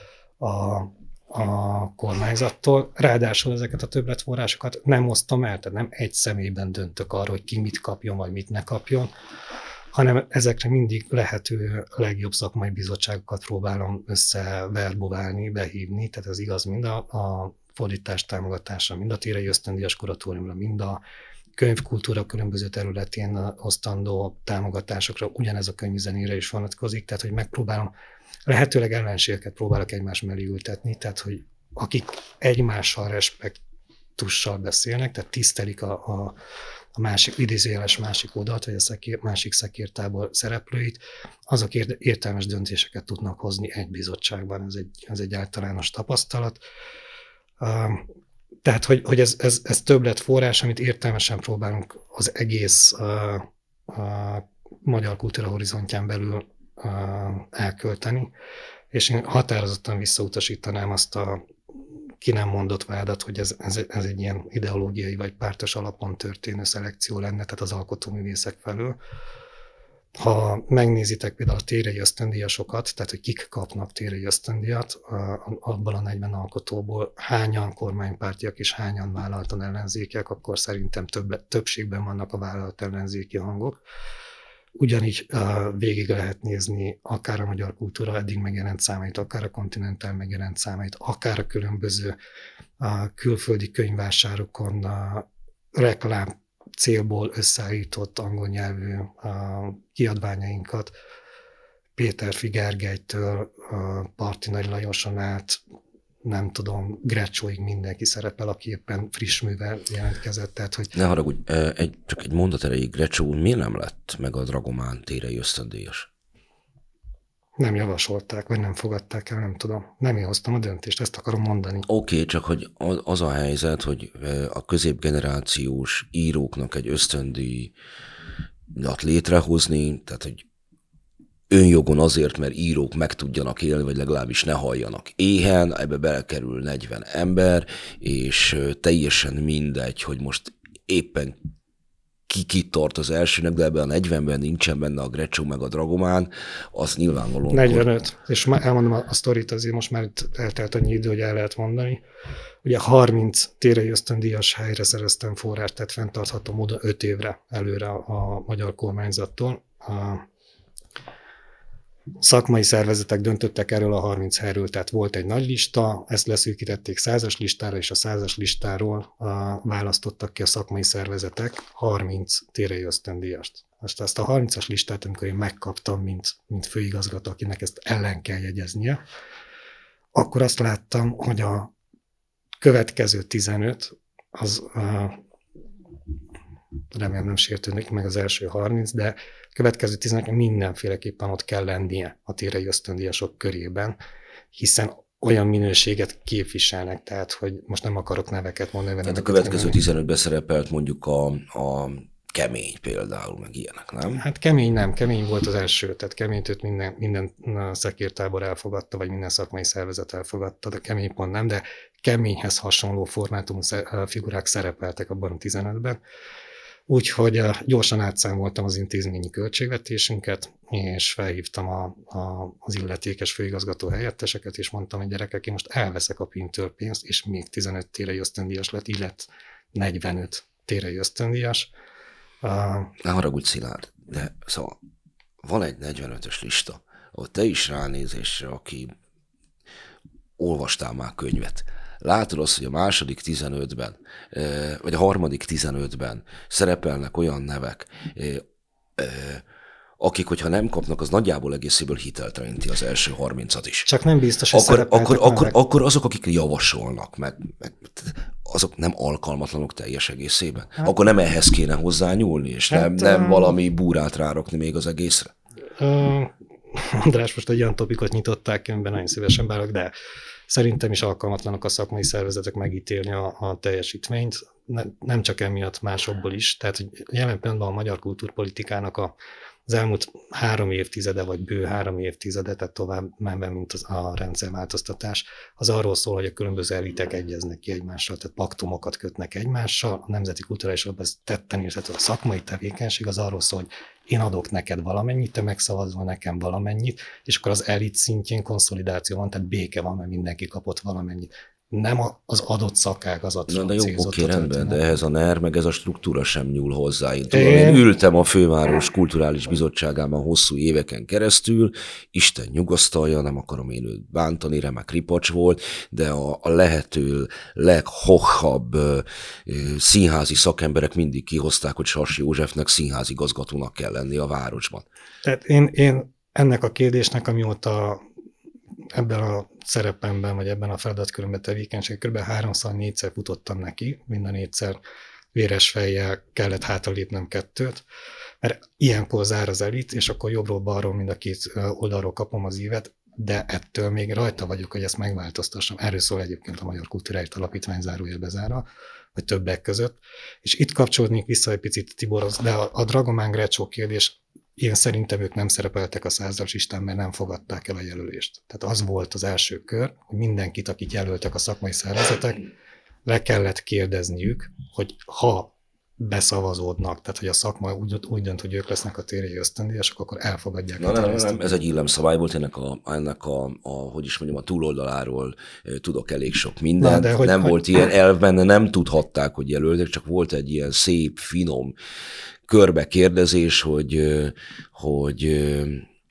a a kormányzattól. Ráadásul ezeket a többletforrásokat nem osztom el, tehát nem egy személyben döntök arról, hogy ki mit kapjon, vagy mit ne kapjon, hanem ezekre mindig lehető legjobb szakmai bizottságokat próbálom összeverboválni, behívni, tehát ez igaz mind a, a fordítás támogatásra, mind a Térei Ösztöndíjas Kuratóriumra, mind a könyvkultúra különböző területén osztandó támogatásokra, ugyanez a könyvi zenére is vonatkozik, tehát hogy megpróbálom lehetőleg ellenségeket próbálok egymás mellé ültetni, tehát hogy akik egymással respektussal beszélnek, tehát tisztelik a, a, a másik, idézőjeles másik oldalt, vagy a szekér, másik szekértábor szereplőit, azok értelmes döntéseket tudnak hozni egy bizottságban, ez egy, ez egy általános tapasztalat. Tehát, hogy, hogy ez, ez, ez többletforrás, amit értelmesen próbálunk az egész a, a magyar kultúra horizontján belül elkölteni, és én határozottan visszautasítanám azt a ki nem mondott vádat, hogy ez, ez, ez egy ilyen ideológiai vagy pártos alapon történő szelekció lenne, tehát az alkotóművészek felől. Ha megnézitek például a térei ösztöndíjasokat, tehát hogy kik kapnak térei ösztöndíjat, abban a negyven alkotóból hányan kormánypártiak és hányan vállaltan ellenzékiek, akkor szerintem több, többségben vannak a vállalt ellenzéki hangok. Ugyanígy uh, végig lehet nézni akár a magyar kultúra eddig megjelent számait, akár a kontinentál megjelent számait, akár a különböző uh, külföldi könyvvásárokon uh, reklám célból összeállított angol nyelvű kiadványainkat, Péter Figergelytől, Parti Nagy Lajoson át, nem tudom, Grecóig mindenki szerepel, aki éppen friss művel jelentkezett. Tehát, hogy... Ne haragudj, egy, csak egy mondat erejéig, Grecsó miért nem lett meg a Dragomán térei ösztöndíjas? Nem javasolták, vagy nem fogadták el, nem tudom. Nem én hoztam a döntést, ezt akarom mondani. Oké, okay, csak hogy az a helyzet, hogy a középgenerációs íróknak egy ösztöndíjat létrehozni, tehát hogy önjogon azért, mert írók meg tudjanak élni, vagy legalábbis ne halljanak éhen, ebbe belekerül negyven ember, és teljesen mindegy, hogy most éppen ki kit tart az elsőnek, de ebben a negyvenben nincsen benne a Grecsó meg a Dragomán, az nyilvánvalóan... negyvenöt, akkor... és elmondom a sztorit, azért most már eltelt annyi idő, hogy el lehet mondani. Ugye harminc térei ösztöndíjas helyre szereztem forrást, tehát fenntartható módon öt évre előre a magyar kormányzattól. A szakmai szervezetek döntöttek erről a harminc helyről, tehát volt egy nagy lista, ezt leszűkítették százas listára, és a százas listáról választottak ki a szakmai szervezetek harminc térei ösztöndíjast. Most ezt a harmincas listát, amikor én megkaptam, mint, mint főigazgató, akinek ezt ellen kell jegyeznie, akkor azt láttam, hogy a következő tizenöt, az remélem nem sértődik meg az első harminc, de következő tizenöt mindenféleképpen ott kell lennie a térei ösztöndíjasok körében, hiszen olyan minőséget képviselnek, tehát hogy most nem akarok neveket mondani. Tehát a következő tizenötben szerepelt mondjuk a, a Kemény például, meg ilyenek, nem? Hát Kemény nem, Kemény volt az első, tehát Keménytőt minden, minden szekértábor elfogadta, vagy minden szakmai szervezet elfogadta, de Kemény pont nem, de Keményhez hasonló formátumú figurák szerepeltek abban a tizenötben. Úgyhogy gyorsan átszámoltam az intézményi költségvetésünket, és felhívtam a, a, az illetékes főigazgató helyetteseket, és mondtam, hogy gyerekek, én most elveszek a Pintől pénzt, és még tizenöt térei ösztöndíjas lett, így lett negyvenöt térei ösztöndíjas. Ne haragudj, Szilárd, de szóval van egy negyvenötös lista, ahol te is ránézésre, aki olvastál már könyvet, látod azt, hogy a második tizenötben, vagy a harmadik tizenötben szerepelnek olyan nevek, akik, hogyha nem kapnak, az nagyjából egészéből hiteleníti az első harmincat is. Csak nem biztos, hogy akkor, akkor, akkor, akkor azok, akik javasolnak, meg, meg azok nem alkalmatlanok teljes egészében. Hát, akkor nem ehhez kéne hozzányúlni, és hát, nem, nem valami búrát rárakni még az egészre? Uh, András, most egy olyan topikot nyitották, amiben nagyon szívesen bárok, de szerintem is alkalmatlanok a szakmai szervezetek megítélni a, a teljesítményt, ne, nem csak emiatt, másokból is. Tehát hogy jelen pillanatban a magyar kultúrpolitikának a az elmúlt három évtizede, vagy bő három évtizede, tehát tovább menve, mint az, a rendszerváltoztatás, az arról szól, hogy a különböző elitek egyeznek ki egymással, tehát paktumokat kötnek egymással. A Nemzeti Kulturális Alap ez tetten érhető, a szakmai tevékenység az arról szól, hogy én adok neked valamennyit, te megszavazol nekem valamennyit, és akkor az elit szintjén konszolidáció van, tehát béke van, mert mindenki kapott valamennyit. Nem az adott szakágazatra. Na de jó, oké, rendben, de ehhez a NER, meg ez a struktúra sem nyúl hozzá. Én, tudom, én ültem a Főváros Kulturális Bizottságában hosszú éveken keresztül, Isten nyugasztalja, nem akarom én őt bántani, remek ripacs volt, de a, a lehető leghohabb ö, ö, színházi szakemberek mindig kihozták, hogy Sas Józsefnek színházi igazgatónak kell lenni a városban. Tehát én, én ennek a kérdésnek, amióta ebben a szerepemben, vagy ebben a feladatkörömben tevékenység, kb. háromszor, négyszer futottam neki, mind a négyszer véres fejjel kellett hátralépnem kettőt, mert ilyenkor zár az elit, és akkor jobbról-balról mind a két oldalról kapom az ívet, de ettől még rajta vagyok, hogy ezt megváltoztassam. Erről szól egyébként a Magyar Kulturális Alapítvány zárójelbe zárva, vagy többek között. És itt kapcsolódnék vissza egy picit Tiborhoz, de a, a Dragomán Grecsó kérdés, én szerintem ők nem szerepeltek a százas listán, mert nem fogadták el a jelölést. Tehát az volt az első kör, hogy mindenkit, akit jelöltek a szakmai szervezetek, le kellett kérdezniük, hogy ha beszavazódnak, tehát hogy a szakma úgy, úgy dönt, hogy ők lesznek a térei ösztöndíjasok, akkor elfogadják. Na, nem, nem, ez egy illemszabály volt, ennek a, ennek a, a, hogy is mondjam, a túloldaláról tudok elég sok mindent. Na, hogy, nem hogy, volt hogy, ilyen elvben, nem tudhatták, hogy jelöltek, csak volt egy ilyen szép, finom körbe kérdezés, hogy, hogy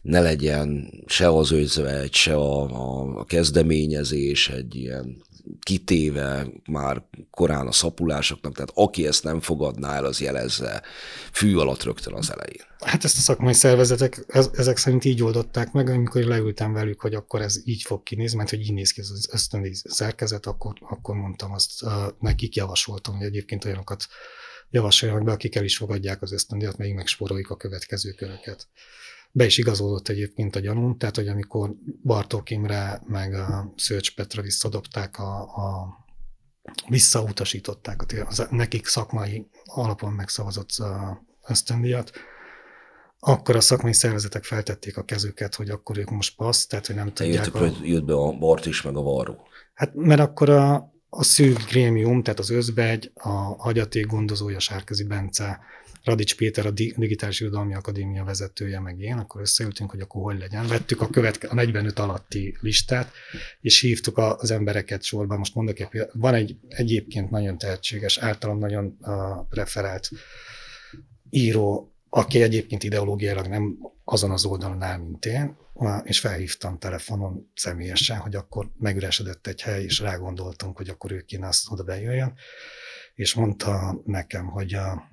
ne legyen se az özvegy, se a, a, a kezdeményezés egy ilyen kitéve már korán a szapulásoknak, tehát aki ezt nem fogadná el, az jelezze fű alatt rögtön az elején. Hát ezt a szakmai szervezetek ez, ezek szerint így oldották meg, amikor leültem velük, hogy akkor ez így fog kinézni, mert hogy így néz ki az ösztöndíj szerkezet, akkor, akkor mondtam azt, uh, nekik javasoltam, hogy egyébként olyanokat javasoljanak be, akik el is fogadják az ösztöndíjat, még megspóroljuk a következő köröket. Be is igazolódott egyébként a gyanún, tehát hogy amikor Bartók Imre meg a Szőcs Petra visszadobták, a, a, visszautasították a, az nekik szakmai alapon megszavazott ösztöndíjat, akkor a szakmai szervezetek feltették a kezüket, hogy akkor ők most passz, tehát hogy nem Te tudják. jöttök, a... hogy jött be a Bart is, meg a Varró. Hát mert akkor a, a szűk grémium, tehát az özvegy, a hagyaték gondozója Sárközi Bence, Radics Péter, a Digitális Irodalmi Akadémia vezetője, meg én, akkor összeültünk, hogy akkor hogy legyen. Vettük a, követke, a negyvenöt alatti listát, és hívtuk az embereket sorba. Most mondok, hogy van egy egyébként nagyon tehetséges, általam nagyon uh, preferált író, aki egyébként ideológiailag nem azon az oldalon áll, mint én, és felhívtam telefonon személyesen, hogy akkor megüresedett egy hely, és rágondoltunk, hogy akkor ő kéne azt oda bejöjjön, és mondta nekem, hogy a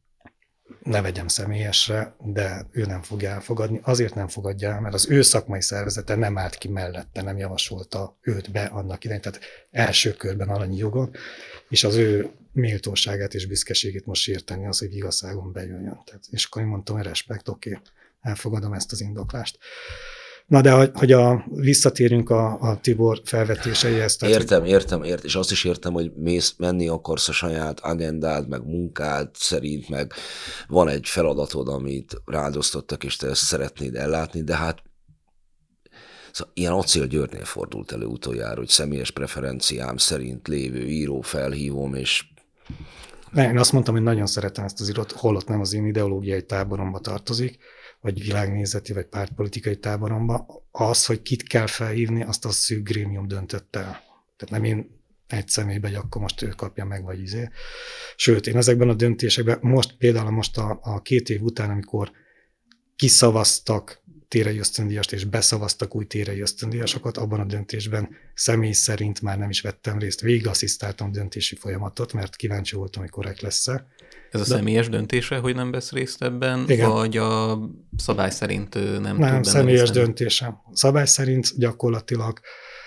ne vegyem személyesre, de ő nem fogja elfogadni. Azért nem fogadja el, mert az ő szakmai szervezete nem állt ki mellette, nem javasolta őt be annak idején, tehát első körben alanyi jogon, és az ő méltóságát és büszkeségét most sérteni az, hogy igazságon bejöjjön. Tehát, és akkor én mondtam, hogy respekt, oké, okay, elfogadom ezt az indoklást. Na de, hogy, hogy a, visszatérjünk a, a Tibor felvetéseihez. Tehát, értem, hogy... értem, értem, és azt is értem, hogy mész, menni akarsz a saját agendád, meg munkád szerint, meg van egy feladatod, amit rádosztottak, és te ezt szeretnéd ellátni, de hát szóval ilyen Acél Györgynél fordult elő utoljára, hogy személyes preferenciám szerint lévő író felhívom, és... Ne, én azt mondtam, hogy nagyon szeretem ezt az írót, holott nem az én ideológiai táboromba tartozik, vagy világnézeti, vagy pártpolitikai táboromba. Az, hogy kit kell felhívni, azt a szűk grémium döntött el. Tehát nem én egy személybe, hogy akkor most ő kapja meg, vagy izé. Sőt, én ezekben a döntésekben, most például most a, a két év után, amikor kiszavaztak térei ösztöndíjast, és beszavaztak új térei ösztöndíjasokat, abban a döntésben személy szerint már nem is vettem részt. Végig asszisztáltam a döntési folyamatot, mert kíváncsi voltam, hogy korrekt lesz-e. Ez a De... személyes döntése, hogy nem vesz részt ebben, igen. Vagy a szabály szerint nem, nem tud Nem, személyes részt döntésem. Szabály szerint gyakorlatilag,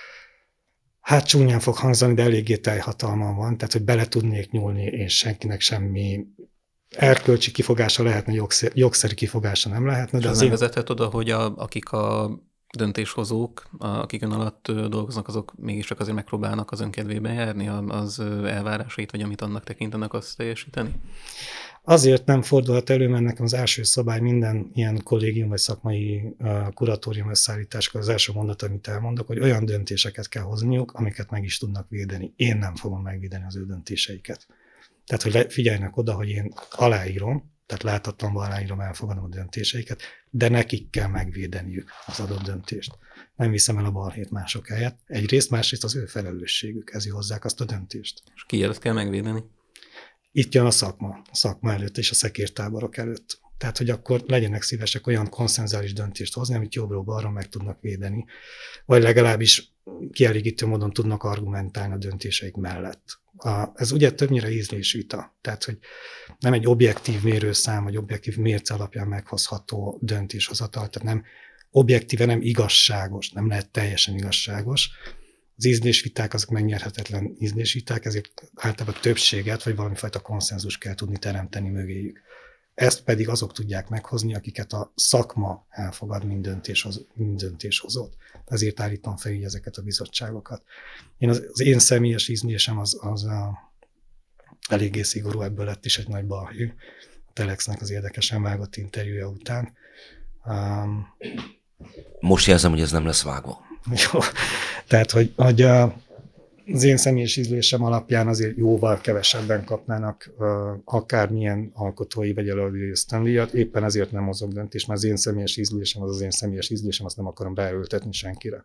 hát csúnyán fog hangzani, de eléggé teljhatalmam van, tehát hogy bele tudnék nyúlni, és senkinek semmi erkölcsi kifogása lehetne, jogszer, jogszerű kifogása nem lehetne. De az nem én... vezethet oda, hogy a, akik a döntéshozók, akik ön alatt dolgoznak, azok mégiscsak azért megpróbálnak az önkedvében járni, az elvárásait, vagy amit annak tekintenek, azt teljesíteni? Azért nem fordulhat elő, mert nekem az első szabály minden ilyen kollégium vagy szakmai uh, kuratórium összeállításkor az első mondat, amit elmondok, hogy olyan döntéseket kell hozniuk, amiket meg is tudnak védeni. Én nem fogom megvédeni az ő döntéseiket. Tehát, hogy figyeljenek oda, hogy én aláírom, tehát láthatatlanban aláírom, elfogadom a döntéseiket, de nekik kell megvédeniük az adott döntést. Nem viszem el a balhét mások helyett. Egyrészt, másrészt az ő felelősségük, ezért hozzák azt a döntést. És ki előtt kell megvédeni? Itt jön a szakma, a szakma előtt és a szekértáborok előtt. Tehát, hogy akkor legyenek szívesek olyan konszenzuális döntést hozni, amit jobbról-balra meg tudnak védeni, vagy legalábbis kielégítő módon tudnak argumentálni a döntéseik mellett. A, ez ugye többnyire ízlésvita, tehát, hogy nem egy objektív mérőszám, vagy objektív mérce alapján meghozható döntéshozatal, tehát nem objektíve, nem igazságos, nem lehet teljesen igazságos. Az ízlésviták azok megnyerhetetlen ízlésviták, ezért általában többséget, vagy valamifajta konszenzus kell tudni teremteni mögéjük. Ezt pedig azok tudják meghozni, akiket a szakma elfogad, mint, döntéshoz, mint döntéshozót. Ezért állítom fel így ezeket a bizottságokat. Én az, az én személyes ízlésem az, az a, eléggé szigorú, ebből lett is egy nagy balhű. A Telexnek az érdekesen vágott interjúja után. Um, Most jelzem, hogy ez nem lesz vágva. Jó, tehát, hogy, hogy a, az én személyes ízlésem alapján azért jóval kevesebben kapnának uh, akármilyen alkotói vagy előadói ösztöndíjat, éppen ezért nem hozok döntést, mert az én személyes ízlésem, az az én személyes ízlésem, azt nem akarom beerőltetni senkire.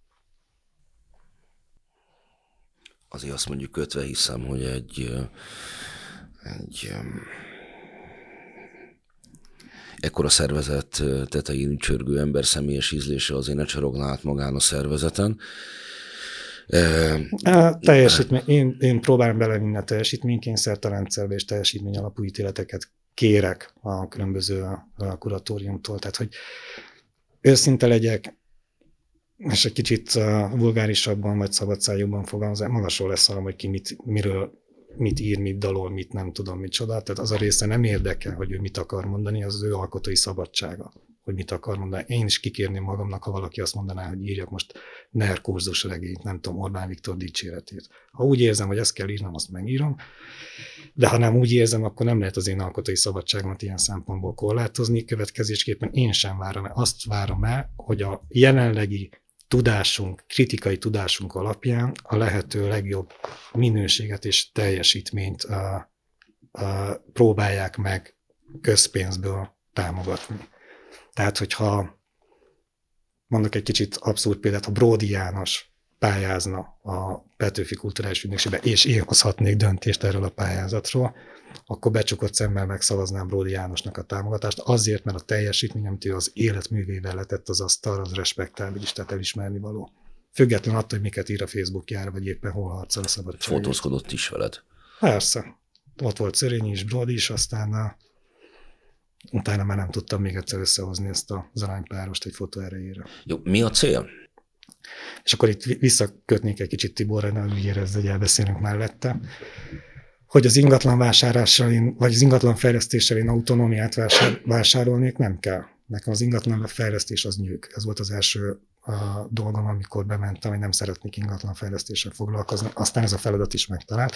Azért azt mondjuk kötve hiszem, hogy egy, egy ekkora szervezet tetején csörgő ember személyes ízlése azért ne csorogná át magán a szervezeten. A teljesítmény, én, én próbálom belevinni a teljesítménykényszert a rendszerbe, és teljesítmény alapú ítéleteket kérek a különböző a kuratóriumtól. Tehát, hogy őszinte legyek, és egy kicsit vulgárisabban vagy szabadszájúban fogalmazom, magasról lesz arra, hogy ki mit, miről mit ír, mit dalol, mit nem tudom, mit csoda. Tehát az a része nem érdekel, hogy ő mit akar mondani, az az ő alkotói szabadsága, hogy mit akar mondani. Én is kikérném magamnak, ha valaki azt mondaná, hogy írjak most en e er kurzus regényt, nem tudom, Orbán Viktor dicséretét. Ha úgy érzem, hogy ezt kell írnom, azt megírom, de ha nem úgy érzem, akkor nem lehet az én alkotói szabadságomat ilyen szempontból korlátozni. Következésképpen én sem várom el. Azt várom el, hogy a jelenlegi tudásunk, kritikai tudásunk alapján a lehető legjobb minőséget és teljesítményt uh, uh, próbálják meg közpénzből támogatni. Tehát, hogyha mondok egy kicsit abszurd példát, ha Bródi János pályázna a Petőfi Kulturális Ügynökségbe, és én hozhatnék döntést erről a pályázatról, akkor becsukott szemmel megszavaznám Bródi Jánosnak a támogatást, azért, mert a teljesítmény, amit ő az életművével letett az asztalra, az respektábilis, tehát elismerni való. Független attól, hogy miket ír a Facebookjára, vagy éppen hol harcol a szabadságért. Fotózkodott is veled. Persze. Ott volt Szörényi is, Bródi is, aztán a, utána már nem tudtam még egyszer összehozni ezt az aranypárost egy fotó erejére. Jó, mi a cél? És akkor itt visszakötnék egy kicsit Tiborra, ne úgy érezd, hogy elbeszélünk mellette, hogy az ingatlan vásárlással én, vagy az ingatlan fejlesztéssel én autonómiát vásár, vásárolnék, nem kell. Nekem az ingatlan fejlesztés az nyűg. Ez volt az első a dolgom, amikor bementem, hogy nem szeretnék ingatlan fejlesztéssel foglalkozni. Aztán ez a feladat is megtalált.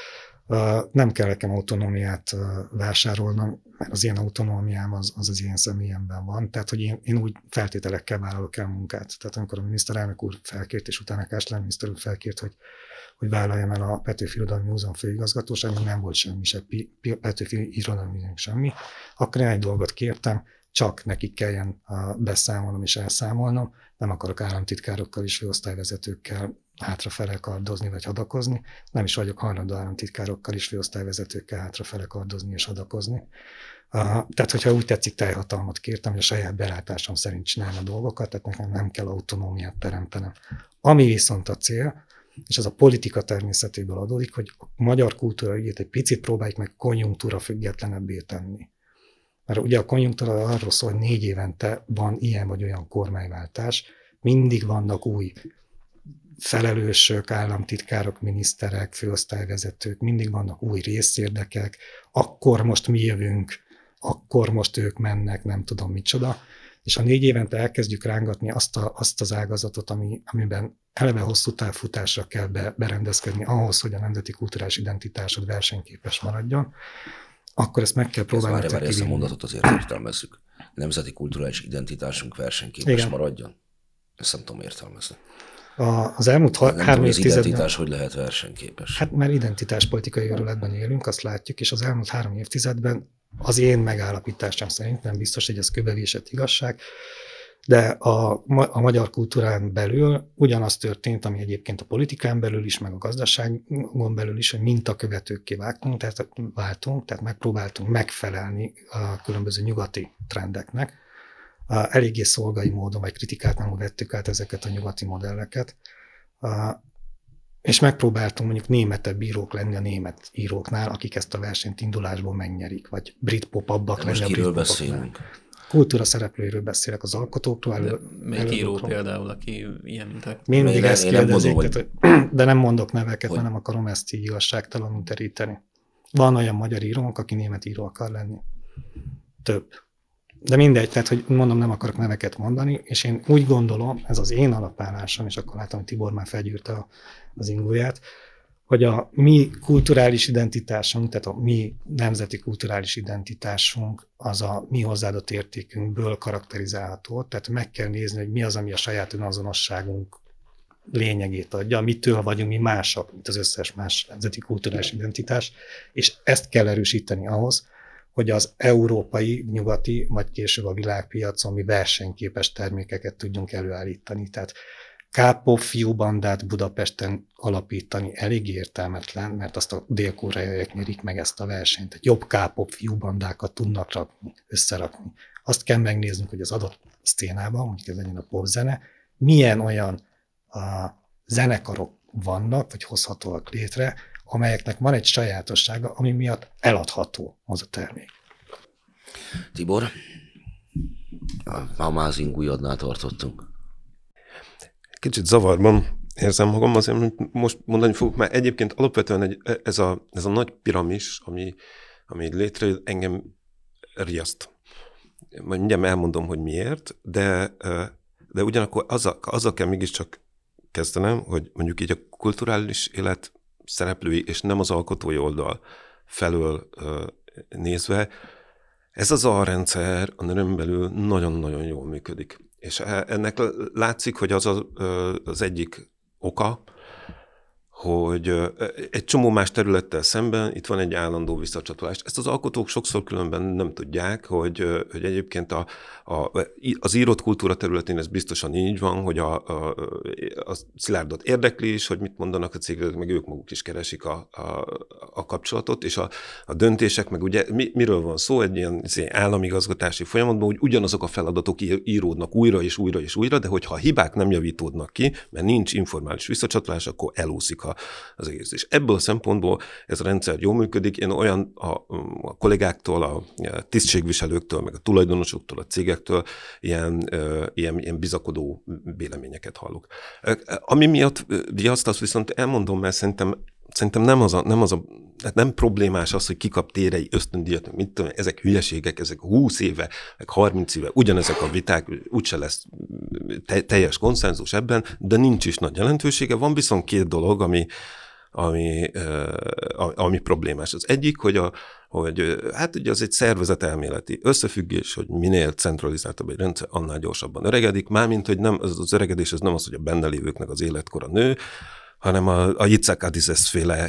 Nem kell nekem autonómiát vásárolnom, mert az én autonómiám az az, az én személyemben van. Tehát, hogy én, én úgy feltételekkel vállalok el munkát. Tehát amikor a miniszterelnök úr felkért, és utána Kásler miniszter úr felkért, hogy hogy vállaljam el a Petőfi Irodalmi Múzeum főigazgatóságon, nem volt semmi, se Petőfi Irodalmi Múzeum semmi. Akkor én egy dolgot kértem, csak nekik kelljen beszámolnom és elszámolnom, nem akarok államtitkárokkal és főosztályvezetőkkel hátrafele kardozni vagy hadakozni, nem is vagyok hajlandó államtitkárokkal és főosztályvezetőkkel hátrafele kardozni és hadakozni. Tehát, hogyha úgy tetszik, teljhatalmat kértem, hogy a saját belátásom szerint csinálni a dolgokat, tehát nekem nem kell autonómiát teremtenem. Ami viszont a cél, és ez a politika természetéből adódik, hogy a magyar kultúra ügyét egy picit próbáljuk meg konjunktúra függetlenebbé tenni. Mert ugye a konjunktúra arról szól, hogy négy évente van ilyen vagy olyan kormányváltás, mindig vannak új felelősök, államtitkárok, miniszterek, főosztályvezetők, mindig vannak új részérdekek, akkor most mi jövünk, akkor most ők mennek, nem tudom micsoda. És ha négy évente elkezdjük rángatni azt, a, azt az ágazatot, ami, amiben eleve hosszú távfutásra kell be, berendezkedni ahhoz, hogy a nemzeti kulturális identitásod versenyképes maradjon, akkor ezt meg kell próbálni. Ez várj, ezt a mondatot azért értelmezzük. Nemzeti kulturális identitásunk versenyképes Igen. maradjon? Ezt nem tudom értelmezni. A, az elmúlt ha, nem három tudom, évtizedben... az identitás hogy lehet versenyképes? Hát mert identitáspolitikai őrületben élünk, azt látjuk, és az elmúlt három évtizedben az én megállapításom szerint, nem biztos, hogy ez kövevésett igazság, de a, a magyar kultúrán belül ugyanaz történt, ami egyébként a politikán belül is, meg a gazdaságon belül is, hogy mintakövetőkké váltunk, tehát, váltunk, tehát megpróbáltunk megfelelni a különböző nyugati trendeknek. Eléggé szolgai módon, vagy kritikátlanul vettük át ezeket a nyugati modelleket, és megpróbáltunk mondjuk németebb bírók lenni a német íróknál, akik ezt a versenyt indulásból megnyerik, vagy brit pop-abbak lenni a brit beszélünk? Kultúra szereplőiről beszélek, az alkotókról. Még író például, aki ilyen mintek. Mindig ezt kérdezik, hogy... tehát, de nem mondok neveket, hogy... mert nem akarom ezt így igazságtalanul teríteni. Van olyan magyar írónk, aki német író akar lenni. Több. De mindegy, tehát, hogy mondom, nem akarok neveket mondani, és én úgy gondolom, ez az én alapállásom, és akkor látom, hogy Tibor már felgyűrte az ingóját, hogy a mi kulturális identitásunk, tehát a mi nemzeti kulturális identitásunk az a mi hozzáadott értékünkből karakterizálható, tehát meg kell nézni, hogy mi az, ami a saját önazonosságunk lényegét adja, mitől vagyunk mi mások, mint az összes más nemzeti kulturális identitás, és ezt kell erősíteni ahhoz, hogy az európai, nyugati, vagy később a világpiacon mi versenyképes termékeket tudjunk előállítani. Tehát K-pop fiúbandát Budapesten alapítani elég értelmetlen, mert azt a dél-koreaiak nyerik meg ezt a versenyt. Tehát jobb K-pop fiúbandákat tudnak rakni, összerakni. azt kell megnéznünk, hogy az adott szcénában, mondjuk ez legyen a popzene, milyen olyan a zenekarok vannak, vagy hozhatóak létre, amelyeknek van egy sajátossága, ami miatt eladható az a termék. Tibor, a Amazing újadnál tartottunk. Kicsit zavarban érzem magam, azért most mondani fogok, mert egyébként alapvetően egy, ez, a, ez a nagy piramis, ami, ami létrejött, engem riaszt. Majd mindjárt elmondom, hogy miért, de, de ugyanakkor azzal, azzal kell mégiscsak kezdenem, hogy mondjuk így a kulturális élet szereplői, és nem az alkotói oldal felől nézve, ez az alrendszer a nőn belül nagyon-nagyon jól működik. És ennek látszik, hogy az a, az egyik oka, hogy egy csomó más területtel szemben itt van egy állandó visszacsatolás. Ezt az alkotók sokszor különben nem tudják, hogy, hogy egyébként a, a, az írott kultúra területén ez biztosan így van, hogy a, a, a Szilárdot érdekli is, hogy mit mondanak a cégek, meg ők maguk is keresik a, a, a kapcsolatot, és a, a döntések, meg ugye mi, miről van szó, egy ilyen államigazgatási folyamatban, hogy ugyanazok a feladatok íródnak újra és újra és újra, de hogyha a hibák nem javítódnak ki, mert nincs informális visszacsatolás, akkor elúszik a az egész. És ebből a szempontból ez a rendszer jól működik. Én olyan a, a kollégáktól, a tisztségviselőktől, meg a tulajdonosoktól, a cégektől ilyen, ilyen, ilyen bizakodó véleményeket hallok. Ami miatt viaszt, azt viszont elmondom, mert szerintem Szerintem nem az a, nem az a, nem problémás az, hogy kikap térei ösztöndíjat, mit tudom, ezek hülyeségek, ezek húsz éve, meg harminc éve, ugyanezek a viták, úgyse lesz te, teljes konszenzus ebben, de nincs is nagy jelentősége. Van viszont két dolog, ami, ami, ami problémás. Az egyik, hogy, a, hogy hát ugye az egy szervezetelméleti összefüggés, hogy minél centralizáltabb egy rendszer, annál gyorsabban öregedik, mármint, hogy nem, az, az öregedés az nem az, hogy a benne lévőknek az életkora nő, hanem a, a Yitzhak Adizes féle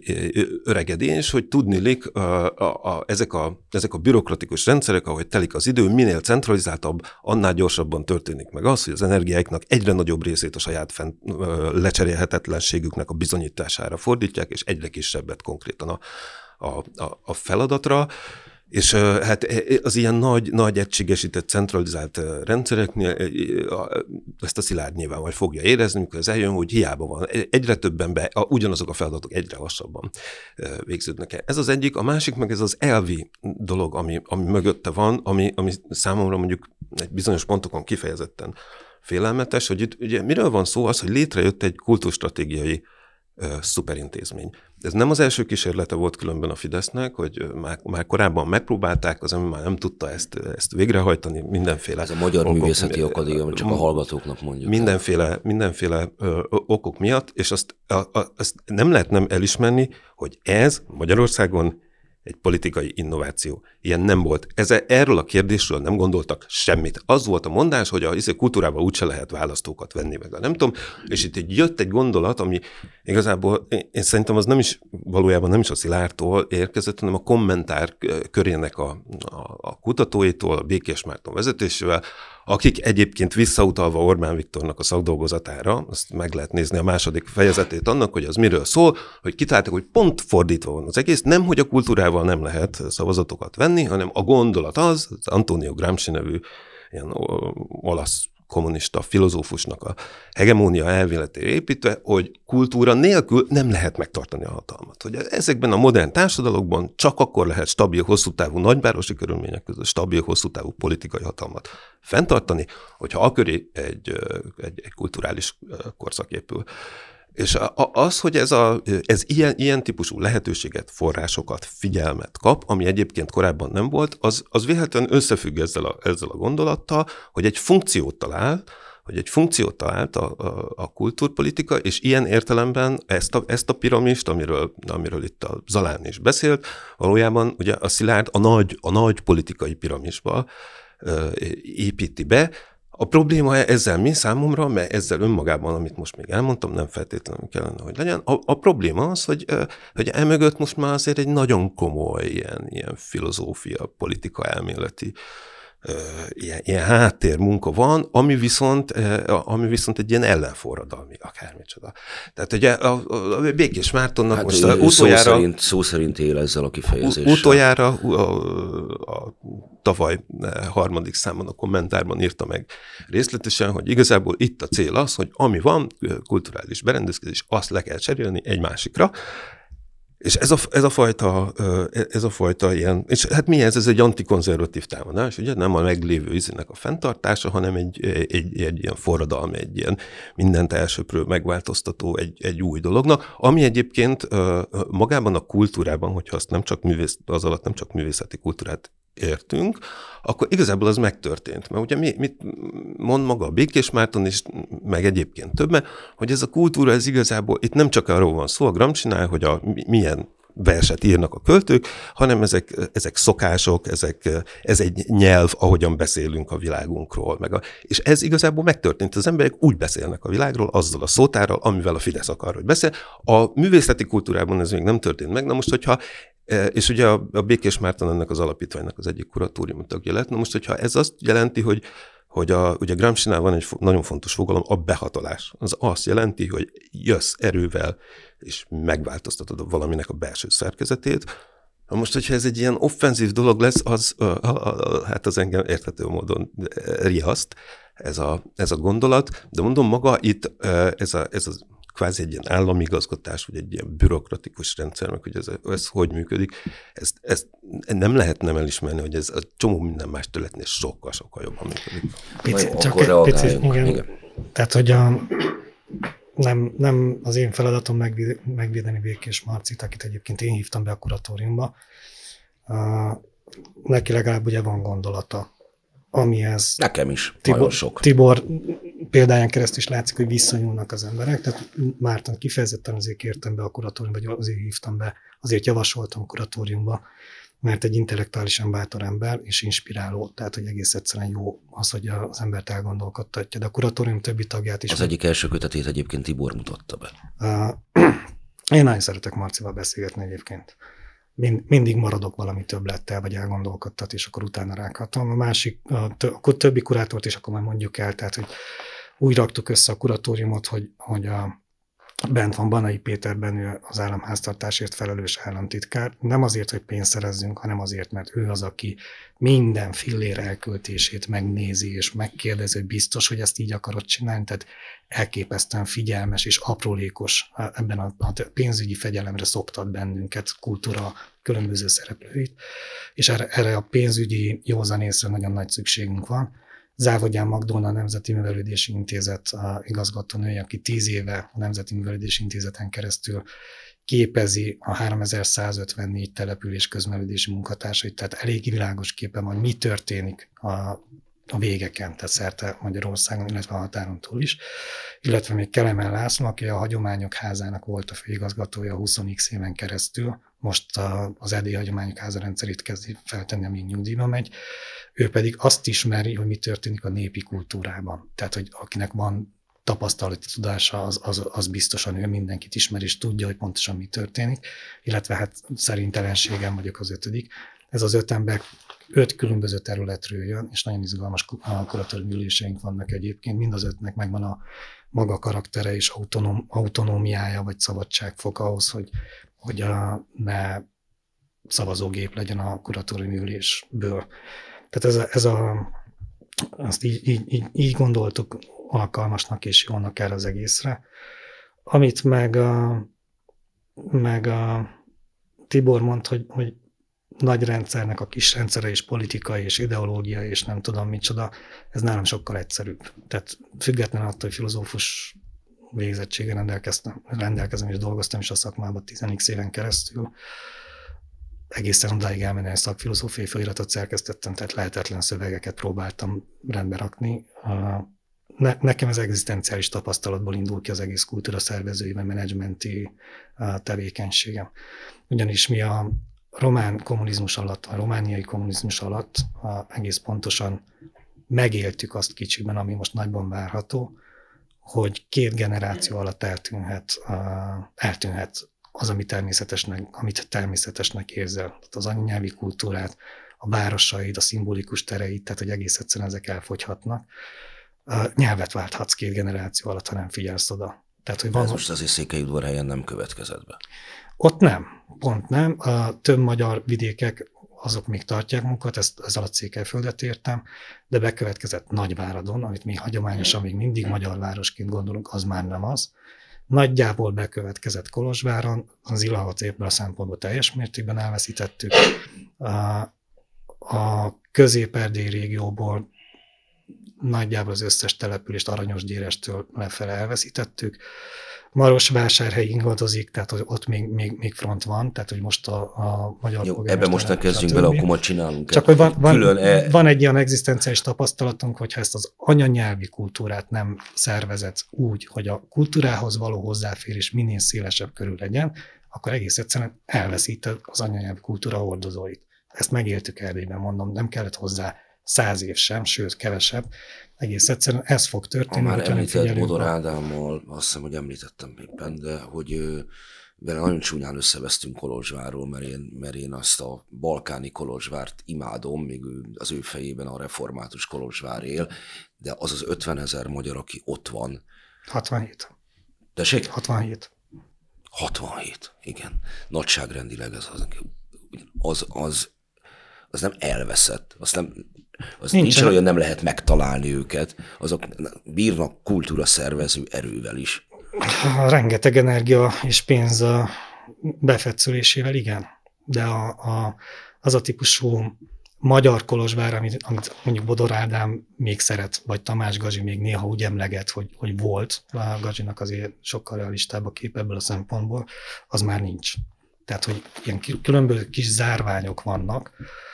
öregedés, hogy tudniillik, a, a, a, ezek, a, ezek a bürokratikus rendszerek, ahogy telik az idő, minél centralizáltabb, annál gyorsabban történik meg az, hogy az energiáiknak egyre nagyobb részét a saját fent, lecserélhetetlenségüknek a bizonyítására fordítják, és egyre kisebbet konkrétan a, a, a feladatra. És hát az ilyen nagy, nagy egységesített, centralizált rendszereknél ezt a Szilárd nyilván majd fogja érezni, mikor ez eljön, hogy hiába van. Egyre többen be, ugyanazok a feladatok egyre lassabban végződnek el. Ez az egyik, a másik meg ez az elvi dolog, ami, ami mögötte van, ami, ami számomra mondjuk egy bizonyos pontokon kifejezetten félelmetes, hogy itt ugye miről van szó, az, hogy létrejött egy kultúrstratégiai szuperintézmény. Ez nem az első kísérlete volt különben a Fidesznek, hogy már, már korábban megpróbálták, az ember már nem tudta ezt, ezt végrehajtani, mindenféle... Ez a Magyar okok, Művészeti Akadémia, csak a hallgatóknak mondjuk. Mindenféle, mindenféle ö, okok miatt, és azt, a, a, azt nem lehet nem elismerni, hogy ez Magyarországon egy politikai innováció. Ilyen nem volt. Ezzel, erről a kérdésről nem gondoltak semmit. Az volt a mondás, hogy a kultúrában úgyse lehet választókat venni meg. Nem tudom, és itt egy, jött egy gondolat, ami igazából én, én szerintem az nem is valójában nem is a Szilárdtól érkezett, hanem a kommentár körének a, a, a kutatóitól, a Békés Márton vezetésével, akik egyébként visszautalva Orbán Viktornak a szakdolgozatára, azt meg lehet nézni a második fejezetét annak, hogy az miről szól, hogy kitáltak, hogy pont fordítva van az egész, nem, hogy a kultúrával nem lehet szavazatokat venni, hanem a gondolat az, az Antonio Gramsci nevű ilyen olasz kommunista filozófusnak a hegemónia elméletére építve, hogy kultúra nélkül nem lehet megtartani a hatalmat. Hogy ezekben a modern társadalomban csak akkor lehet stabil, hosszú távú nagyvárosi körülmények között stabil, hosszú távú politikai hatalmat fenntartani, hogyha aköré egy, egy, egy kulturális korszak épül. És az, hogy ez, a, ez ilyen, ilyen típusú lehetőséget, forrásokat, figyelmet kap, ami egyébként korábban nem volt, az, az véletlenül összefügg ezzel a, ezzel a gondolattal, hogy egy funkciót talál, hogy egy funkciót talált a, a, a kultúrpolitika, és ilyen értelemben ezt a, ezt a piramist, amiről, amiről itt a Zalán is beszélt, valójában ugye a Szilárd a nagy, a nagy politikai piramisba ö, építi be. A probléma ezzel mi számomra, mert ezzel önmagában, amit most még elmondtam, nem feltétlenül kellene, hogy legyen. A, a probléma az, hogy, hogy emögött most már azért egy nagyon komoly ilyen, ilyen filozófia, politika elméleti ilyen, ilyen háttérmunka van, ami viszont, ami viszont egy ilyen ellenforradalmi, akármicsoda. Tehát ugye a, a, a Békés Mártonnak Hát most ő, utoljára... Szó szerint, szó szerint él ezzel a kifejezéssel. Utoljára a, a tavaly harmadik számon a kommentárban írta meg részletesen, hogy igazából itt a cél az, hogy ami van, kulturális berendezkedés, azt le kell cserélni egy másikra. És ez a, ez a fajta, ez a fajta ilyen, és hát mi ez? Ez egy antikonzervatív támadás, ugye nem a meglévő izének a fenntartása, hanem egy, egy, egy ilyen forradalmi, egy ilyen mindent elsöprő, megváltoztató egy, egy új dolognak, ami egyébként magában a kultúrában, hogyha azt nem csak művész, az alatt nem csak művészeti kultúrát értünk, akkor igazából az megtörtént. Mert ugye mi, mit mond maga a Békés Márton, és meg egyébként többen, hogy ez a kultúra, ez igazából, itt nem csak arról van szó a Gramscinál, hogy a milyen verset írnak a költők, hanem ezek, ezek szokások, ezek, ez egy nyelv, ahogyan beszélünk a világunkról. Meg a, és ez igazából megtörtént. Az emberek úgy beszélnek a világról, azzal a szótárral, amivel a Fidesz akar, hogy beszél. A művészeti kultúrában ez még nem történt meg. Na most, hogyha és ugye a, a Békés Márton ennek az alapítványnak az egyik kuratóriumi tagja lett. Na most, hogyha ez azt jelenti, hogy, hogy a, ugye Gramscinál van egy nagyon fontos fogalom, a behatolás. Az azt jelenti, hogy jössz erővel, és megváltoztatod valaminek a belső szerkezetét. Na most, hogyha ez egy ilyen offenzív dolog lesz, az, a, a, a, hát az engem érthető módon riaszt, ez a, ez a gondolat. De mondom, maga itt ez a, ez a kvázi egy ilyen állami igazgatás, vagy egy ilyen bürokratikus rendszer, meg hogy ez, ez hogy működik, ezt, ezt nem lehet nem elismerni, hogy ez a csomó minden más területnél sokkal-sokkal jobban működik. Pici, Jó, csak akkor egy pici, igen. igen. Tehát, hogy a, nem, nem az én feladatom megvédeni, megvédeni Békés Marcit, akit egyébként én hívtam be a kuratóriumba. Uh, neki legalább ugye van gondolata, amihez Nekem is, Tibor, nagyon sok. Tibor példáján keresztül is látszik, hogy viszonyulnak az emberek, tehát Márton kifejezetten azért kértem be a kuratóriumba, vagy azért hívtam be, azért javasoltam a kuratóriumba, mert egy intellektuálisan bátor ember, és inspiráló, tehát hogy egész egyszerűen jó az, hogy az embert elgondolkodtatja, de a kuratórium többi tagját is. Az meg... egyik első kötetét egyébként Tibor mutatta be. Uh, én nagyon szeretek Marcival beszélgetni egyébként. Mind, mindig maradok valami többlettel, vagy elgondolkodtat, és akkor utána rákattam. A másik, a, tö, a többi kurátort is akkor már mondjuk el, tehát hogy úgy raktuk össze a kuratóriumot, hogy, hogy a, bent van Banai Péterben, ő az államháztartásért felelős államtitkár. Nem azért, hogy pénzt szerezzünk, hanem azért, mert ő az, aki minden fillér elköltését megnézi, és megkérdezi, hogy biztos, hogy ezt így akarod csinálni. Tehát elképesztően figyelmes és aprólékos, ebben a, a pénzügyi fegyelemre szoktat bennünket, kultúra különböző szereplőit, és erre, erre a pénzügyi józanészre nagyon nagy szükségünk van. Závodján Magdolna, a Nemzeti Művelődési Intézet igazgatónője, aki tíz éve a Nemzeti Művelődési Intézeten keresztül képezi a háromezer-százötvennégy település közművelődési munkatársait, tehát elég világos képen van, mi történik a, a végeken, tehát szerte Magyarországon, illetve a határon túl is. Illetve még Kelemen László, aki a Hagyományok Házának volt a főigazgatója húsz x éven keresztül, most az Erdélyi Hagyományok Háza rendszerét kezdi feltenni, ami nyugdíjba megy. Ő pedig azt ismeri, hogy mi történik a népi kultúrában. Tehát, hogy akinek van tapasztalati tudása, az, az, az biztosan ő mindenkit ismer, és tudja, hogy pontosan mi történik. Illetve hát szerintelenségem vagyok az ötödik. Ez az öt ember öt különböző területről jön, és nagyon izgalmas kuratóriumi üléseink vannak egyébként. Mind az ötnek megvan a maga karaktere és autonóm, autonómiája, vagy szabadságfok ahhoz, hogy, hogy a, ne szavazógép legyen a kuratóriumi ülésből. Tehát ez a, ez a azt így, így, így, így gondoltuk alkalmasnak és jónak erre az egészre. Amit meg a, meg a Tibor mond, hogy, hogy nagy rendszernek a kis rendszere és politikai és ideológia és nem tudom micsoda, ez nálam sokkal egyszerűbb. Tehát függetlenül attól, hogy filozófus végzettséggel rendelkeztem, rendelkezem és dolgoztam is a szakmában tíz x éven keresztül, egészen odáig elmenni, hogy szakfilozófiai folyóiratot szerkesztettem, tehát lehetetlen szövegeket próbáltam rendbe rakni. Ne, nekem az egzisztenciális tapasztalatból indul ki az egész kultúra szervezői, vagy menedzsmenti tevékenységem. Ugyanis mi a román kommunizmus alatt, a romániai kommunizmus alatt egész pontosan megéltük azt kicsiben, ami most nagyban várható, hogy két generáció alatt eltűnhet, eltűnhet az, ami természetesnek, amit természetesnek érzel. Az anyanyelvi kultúrát, a városaid, a szimbolikus tereid, tehát hogy egész egyszerűen ezek elfogyhatnak. Nyelvet válthatsz két generáció alatt, ha nem figyelsz oda. Tehát, hogy van, ez most azért Székelyudvarhelyen nem következett be. Ott nem, pont nem. A több magyar vidékek, azok még tartják munkat, ezt, ez alatt Székelyföldet értem, de bekövetkezett Nagyváradon, amit mi hagyományosan még mindig magyar városként gondolunk, az már nem az. Nagyjából bekövetkezett Kolozsváron, az Ilahat ebből a szempontból teljes mértékben elveszítettük. A Közép-Erdély régióból nagyjából az összes települést Aranyosgyérestől lefele elveszítettük. Marosvásárhely ingadozik, tehát hogy ott még, még, még front van, tehát hogy most a, a magyar... Jó, ebben most ne kezdjünk bele, akkor majd csinálunk. Csak hogy van, van, külön e... van egy ilyen egzisztenciális tapasztalatunk, hogyha ezt az anyanyelvi kultúrát nem szervezed úgy, hogy a kultúrához való hozzáférés minél szélesebb körül legyen, akkor egész egyszerűen elveszíted az anyanyelvi kultúra hordozóit. Ezt megéltük Erdélyben, mondom, nem kellett hozzá száz év sem, sőt, kevesebb. Egész egyszerűen ez fog történni. Ha már említett Bodor Ádámmal, azt hiszem, hogy említettem éppen, de hogy ő, vele nagyon csúnyán összevesztünk Kolozsvárról, mert én, mert én azt a balkáni Kolozsvárt imádom, még ő, az ő fejében a református Kolozsvár él, de az az ötvenezer magyar, aki ott van. hatvanhét. Tessék? hatvanhét. hatvanhét, igen. Nagyságrendileg ez az, az, az, az nem elveszett, azt nem... Az nincs olyan, nem lehet megtalálni őket, azok bírnak kultúra szervező erővel is. Rengeteg energia és pénz a befetszölésével, igen. De a, a, az a típusú magyar Kolozsvár, amit, amit mondjuk Bodor Ádám még szeret, vagy Tamás Gazsi még néha úgy emleget, hogy, hogy volt, a Gazsinak azért sokkal realistább a kép ebből a szempontból, az már nincs. Tehát, hogy ilyen különböző kis zárványok vannak,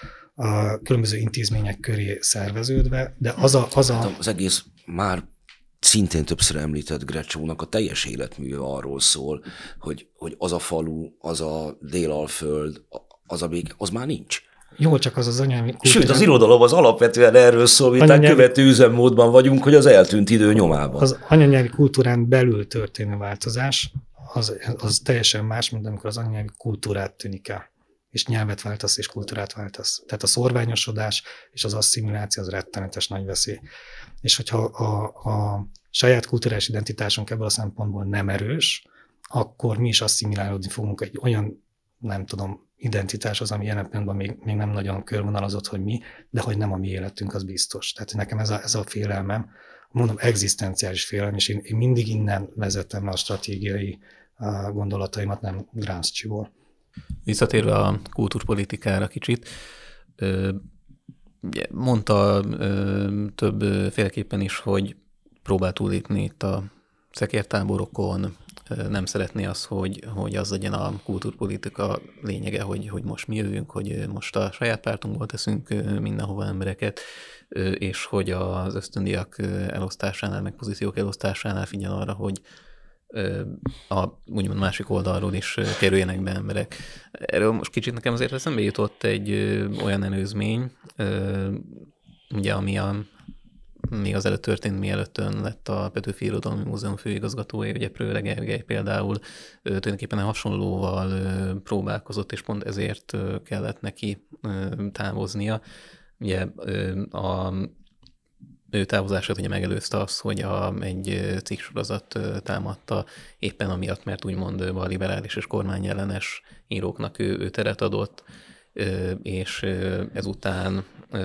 a különböző intézmények köré szerveződve, de az a... Az, a... az egész már szintén többször említett Grecsónak a teljes életműve arról szól, hogy, hogy az a falu, az a Délalföld, az a béke, az már nincs. Jó, csak az az anyanyelvi kultúra... Sőt, az irodalom az alapvetően erről szól, mint anyanyelvi... követő üzemmódban vagyunk, hogy az eltűnt idő nyomában. Az anyanyelvi kultúrán belül történő változás, az, az teljesen más, mint amikor az anyanyelvi kultúrát tűnik el. És nyelvet váltasz, és kultúrát váltasz. Tehát a szorványosodás és az asszimiláció az rettenetes nagy veszély. És hogyha a, a saját kulturális identitásunk ebből a szempontból nem erős, akkor mi is asszimilálódni fogunk egy olyan, nem tudom, identitáshoz, ami jelen pillanatban még, még nem nagyon körvonalazott, hogy mi, de hogy nem a mi életünk, az biztos. Tehát nekem ez a, ez a félelmem, mondom, egzisztenciális félelem, és én, én mindig innen vezettem le a stratégiai a gondolataimat, nem Gramsciból. Visszatérve a kultúrpolitikára kicsit, mondta többféleképpen is, hogy próbál túllépni itt a szekértáborokon, nem szeretné az, hogy, hogy az legyen a kultúrpolitika lényege, hogy, hogy most mi jövünk, hogy most a saját pártunkból teszünk mindenhova embereket, és hogy az ösztöndíjak elosztásánál, meg pozíciók elosztásánál figyel arra, hogy a úgymond másik oldalról is kerüljenek be emberek. Erről most kicsit nekem azért eszembe jutott egy olyan előzmény, ugye ami a, még az előtt történt, mielőtt ön lett a Petőfi Irodalmi Múzeum főigazgatója, ugye Prőle Gergely például tulajdonképpen hasonlóval próbálkozott, és pont ezért kellett neki távoznia. Ugye a ő távozását ugye megelőzte az, hogy a, egy cikksorozat támadta éppen amiatt, mert úgymond a liberális és kormányellenes íróknak ő, ő teret adott, és ezután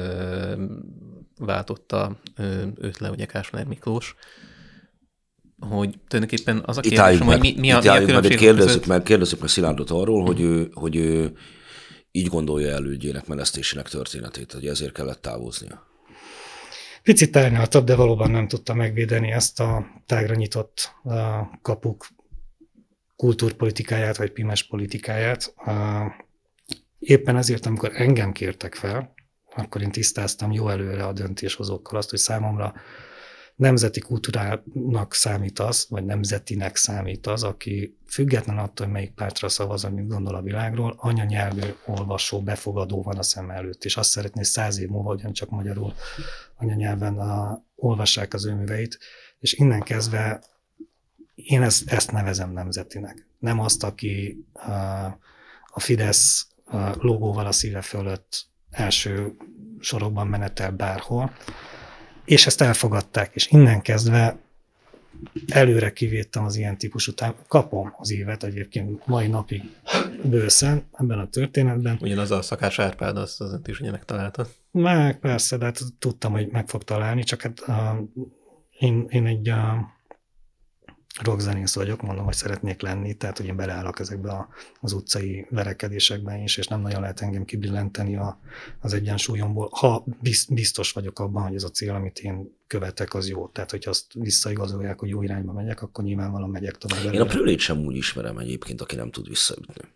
váltotta őt le ugye Kásler Miklós, hogy tulajdonképpen az a kérdésem, hogy mi, mi a, mi a különbség kérdezzük között? meg, kérdezzük meg Szilárdot arról, hogy ő, hogy ő így gondolja elődjének, menesztésének történetét, hogy ezért kellett távoznia. Picit árnyaltabb, de valóban nem tudta megvédeni ezt a tágra nyitott uh, kapuk kultúrpolitikáját, vagy pimes politikáját. Uh, éppen ezért, amikor engem kértek fel, akkor én tisztáztam jó előre a döntéshozókkal azt, hogy számomra nemzeti kultúrának számít az, vagy nemzetinek számít az, aki független attól, hogy melyik pártra szavaz, amit gondol a világról, anyanyelvű, olvasó, befogadó van a szem előtt, és azt szeretné, hogy száz év múlva ugyancsak magyarul anyanyelven a, olvassák az ő műveit, és innen kezdve én ezt, ezt nevezem nemzetinek. Nem azt, aki a, a Fidesz a logóval a szíve fölött első sorokban menetel bárhol, és ezt elfogadták, és innen kezdve előre kivédtem az ilyen típusú tám- kapom az évet egyébként mai napig bőszen ebben a történetben. Ugyanaz a Szakács Árpád, azt az is ugye megtalálta. Meg persze, de hát tudtam, hogy meg fog találni, csak hát uh, én, én egy uh, rockzenész vagyok, mondom, hogy szeretnék lenni, tehát hogy én beleállok ezekbe a, az utcai verekedésekben is, és nem nagyon lehet engem kibillenteni a, az egyensúlyomból, ha biztos vagyok abban, hogy ez a cél, amit én követek, az jó. Tehát, hogyha azt visszaigazolják, hogy jó irányba megyek, akkor nyilvánvalóan megyek tovább. Én a Prőlét sem úgy ismerem egyébként, aki nem tud visszaütni.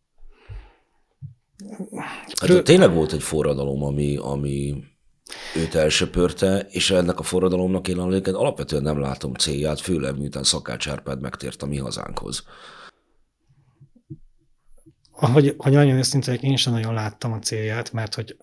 Hát Prő... tényleg volt egy forradalom, ami, ami őt elsöpörte, és ennek a forradalomnak én alapvetően nem látom célját, főleg miután Szakács Árpád megtért a mi hazánkhoz. Ahogy, hogy nagyon őszintén, én sem nagyon láttam a célját, mert hogy...